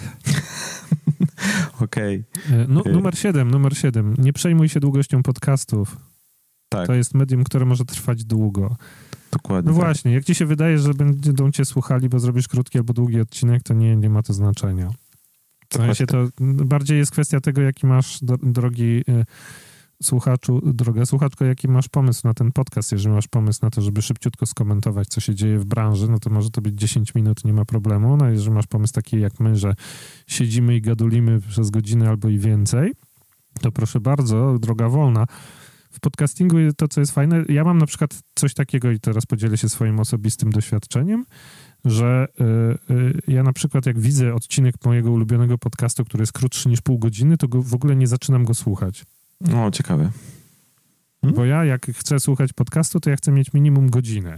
Okej. Okay. Nu- numer siedem, numer siedem. Nie przejmuj się długością podcastów. Tak. To jest medium, które może trwać długo. Dokładnie. No właśnie, tak. Jak ci się wydaje, że będą cię słuchali, bo zrobisz krótki albo długi odcinek, to nie, nie ma to znaczenia. W sensie to bardziej jest kwestia tego, jaki masz, drogi słuchaczu, droga słuchaczko, jaki masz pomysł na ten podcast. Jeżeli masz pomysł na to, żeby szybciutko skomentować, co się dzieje w branży, no to może to być dziesięć minut, nie ma problemu. No jeżeli masz pomysł taki jak my, że siedzimy i gadulimy przez godzinę albo i więcej, to proszę bardzo, droga wolna. W podcastingu to, co jest fajne, ja mam na przykład coś takiego i teraz podzielę się swoim osobistym doświadczeniem, że y, y, ja na przykład jak widzę odcinek mojego ulubionego podcastu, który jest krótszy niż pół godziny, to go, w ogóle nie zaczynam go słuchać. No, ciekawe. Hmm? Bo ja jak chcę słuchać podcastu, to ja chcę mieć minimum godzinę.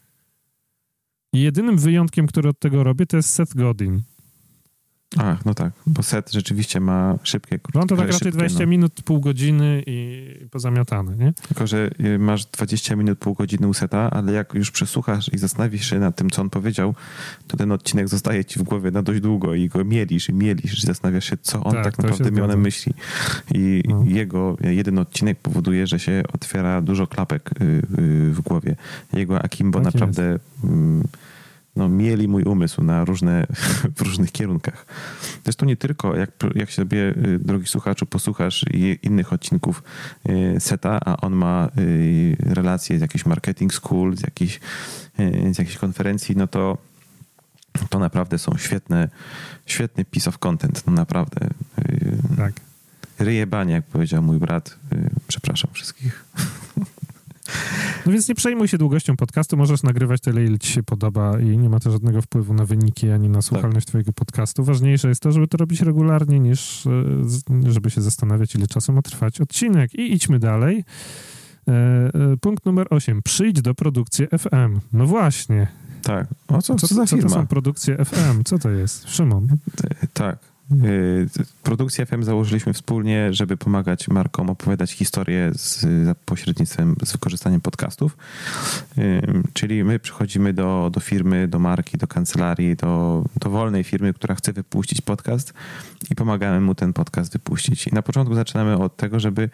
I jedynym wyjątkiem, który od tego robię, to jest Seth Godin. Ach, no tak, bo Seth rzeczywiście ma szybkie, krótkie. No to tak raczej dwadzieścia no. minut, pół godziny i pozamiatane, nie? Tylko, że masz dwadzieścia minut, pół godziny u Setha, ale jak już przesłuchasz i zastanowisz się nad tym, co on powiedział, to ten odcinek zostaje ci w głowie na dość długo i go mielisz i mielisz, i zastanawiasz się, co on tak, tak naprawdę miał na myśli. I no. jego jeden odcinek powoduje, że się otwiera dużo klapek w głowie. Jego Akimbo tak naprawdę... Jest. No, mieli mój umysł na różne, w różnych kierunkach. Zresztą nie tylko, jak, jak sobie, drogi słuchaczu, posłuchasz innych odcinków Seta, a on ma relacje z jakichś marketing school, z jakichś, z jakichś konferencji, no to to naprawdę są świetne, świetny piece of content, no naprawdę. Tak. Ryjebanie, jak powiedział mój brat. Przepraszam wszystkich. No więc nie przejmuj się długością podcastu, możesz nagrywać tyle, ile ci się podoba i nie ma to żadnego wpływu na wyniki ani na słuchalność tak. twojego podcastu. Ważniejsze jest to, żeby to robić regularnie, niż żeby się zastanawiać, ile czasu ma trwać odcinek. I idźmy dalej. Punkt numer osiem. Przyjdź do produkcji F M. No właśnie. Tak. O co, co, co za co firma? to są produkcje F M? Co to jest? Szymon. Tak. Produkcję F M założyliśmy wspólnie, żeby pomagać markom opowiadać historię z, za pośrednictwem, z wykorzystaniem podcastów. Czyli my przychodzimy do, do firmy, do marki, do kancelarii, do, do wolnej firmy, która chce wypuścić podcast i pomagamy mu ten podcast wypuścić. I na początku zaczynamy od tego, żeby,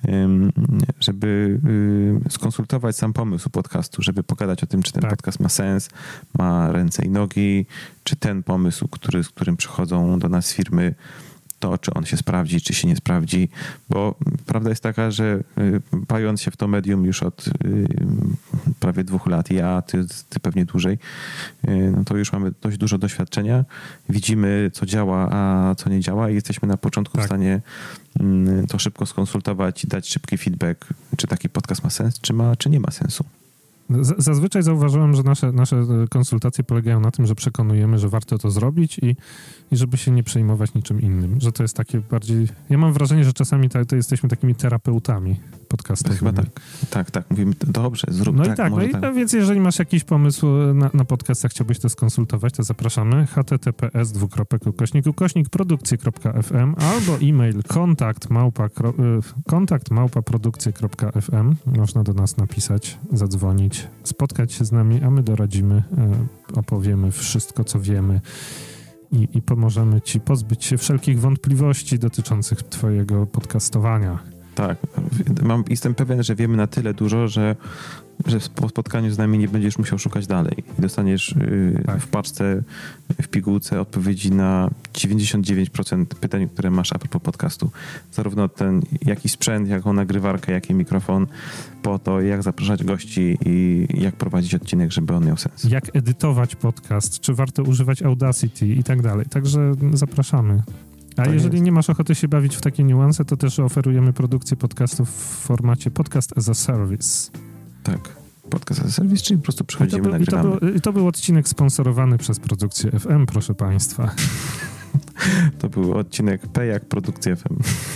żeby skonsultować sam pomysł podcastu, żeby pogadać o tym, czy ten tak. podcast ma sens, ma ręce i nogi, czy ten pomysł, który, z którym przychodzą do nas firmy, to czy on się sprawdzi, czy się nie sprawdzi, bo prawda jest taka, że bawiąc się w to medium już od prawie dwóch lat, ja, ty, ty pewnie dłużej, no to już mamy dość dużo doświadczenia, widzimy, co działa, a co nie działa i jesteśmy na początku tak. w stanie to szybko skonsultować i dać szybki feedback, czy taki podcast ma sens, czy ma, czy nie ma sensu. Zazwyczaj zauważyłem, że nasze, nasze konsultacje polegają na tym, że przekonujemy, że warto to zrobić i, i żeby się nie przejmować niczym innym. Że to jest takie bardziej... Ja mam wrażenie, że czasami ta, to jesteśmy takimi terapeutami podcastowymi. Chyba tak. Tak, tak. Mówimy, dobrze, zrób no tak. I tak, no i tak. Więc jeżeli masz jakiś pomysł na, na podcast, a chciałbyś to skonsultować, to zapraszamy https dwukropek ukośnik ukośnik produkcje.fm albo e-mail kontakt małpa, kontakt małpa produkcje.fm. Można do nas napisać, zadzwonić, spotkać się z nami, a my doradzimy, opowiemy wszystko, co wiemy i, i pomożemy ci pozbyć się wszelkich wątpliwości dotyczących twojego podcastowania. Tak, mam, jestem pewien, że wiemy na tyle dużo, że, że po spotkaniu z nami nie będziesz musiał szukać dalej. I dostaniesz yy, tak. w paczce, w pigułce odpowiedzi na dziewięćdziesiąt dziewięć procent pytań, które masz a propos podcastu. Zarówno ten, jaki sprzęt, jaką nagrywarkę, jaki mikrofon, po to, jak zapraszać gości i jak prowadzić odcinek, żeby on miał sens. Jak edytować podcast, czy warto używać Audacity i tak dalej. Także zapraszamy. A to jeżeli jest. nie masz ochoty się bawić w takie niuanse, to też oferujemy produkcję podcastów w formacie podcast as a service. Tak, podcast as a service, czyli po prostu przychodzimy, I to, nagrywamy. I to, był, I to był odcinek sponsorowany przez produkcję F M, proszę państwa. To był odcinek P jak produkcja F M.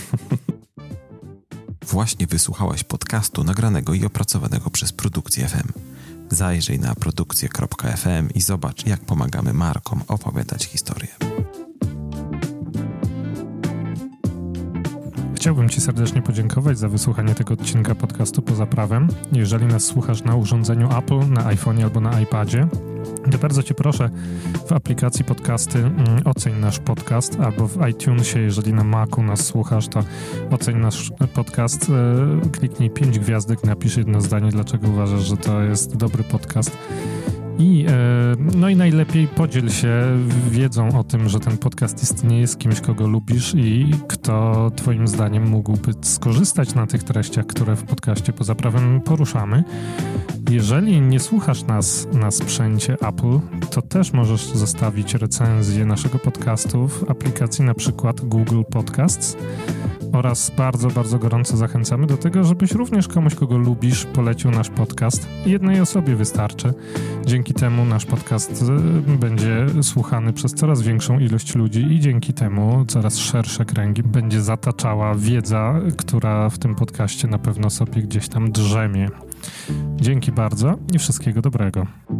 Właśnie wysłuchałeś podcastu nagranego i opracowanego przez produkcję F M. Zajrzyj na produkcję kropka f m i zobacz, jak pomagamy markom opowiadać historię. Chciałbym ci serdecznie podziękować za wysłuchanie tego odcinka podcastu Poza Prawem. Jeżeli nas słuchasz na urządzeniu Apple, na iPhone'ie albo na iPadzie, to bardzo cię proszę, w aplikacji podcasty mm, oceń nasz podcast, albo w iTunesie, jeżeli na Macu nas słuchasz, to oceń nasz podcast, e, kliknij pięć gwiazdek, napisz jedno zdanie, dlaczego uważasz, że to jest dobry podcast. I, no i najlepiej podziel się wiedzą o tym, że ten podcast istnieje, z kimś, kogo lubisz i kto twoim zdaniem mógłby skorzystać na tych treściach, które w podcaście Poza Prawem poruszamy. Jeżeli nie słuchasz nas na sprzęcie Apple, to też możesz zostawić recenzję naszego podcastu w aplikacji na przykład Google Podcasts oraz bardzo, bardzo gorąco zachęcamy do tego, żebyś również komuś, kogo lubisz, polecił nasz podcast. Jednej osobie wystarczy. Dzięki temu nasz podcast będzie słuchany przez coraz większą ilość ludzi i dzięki temu coraz szersze kręgi będzie zataczała wiedza, która w tym podcaście na pewno sobie gdzieś tam drzemie. Dzięki bardzo i wszystkiego dobrego.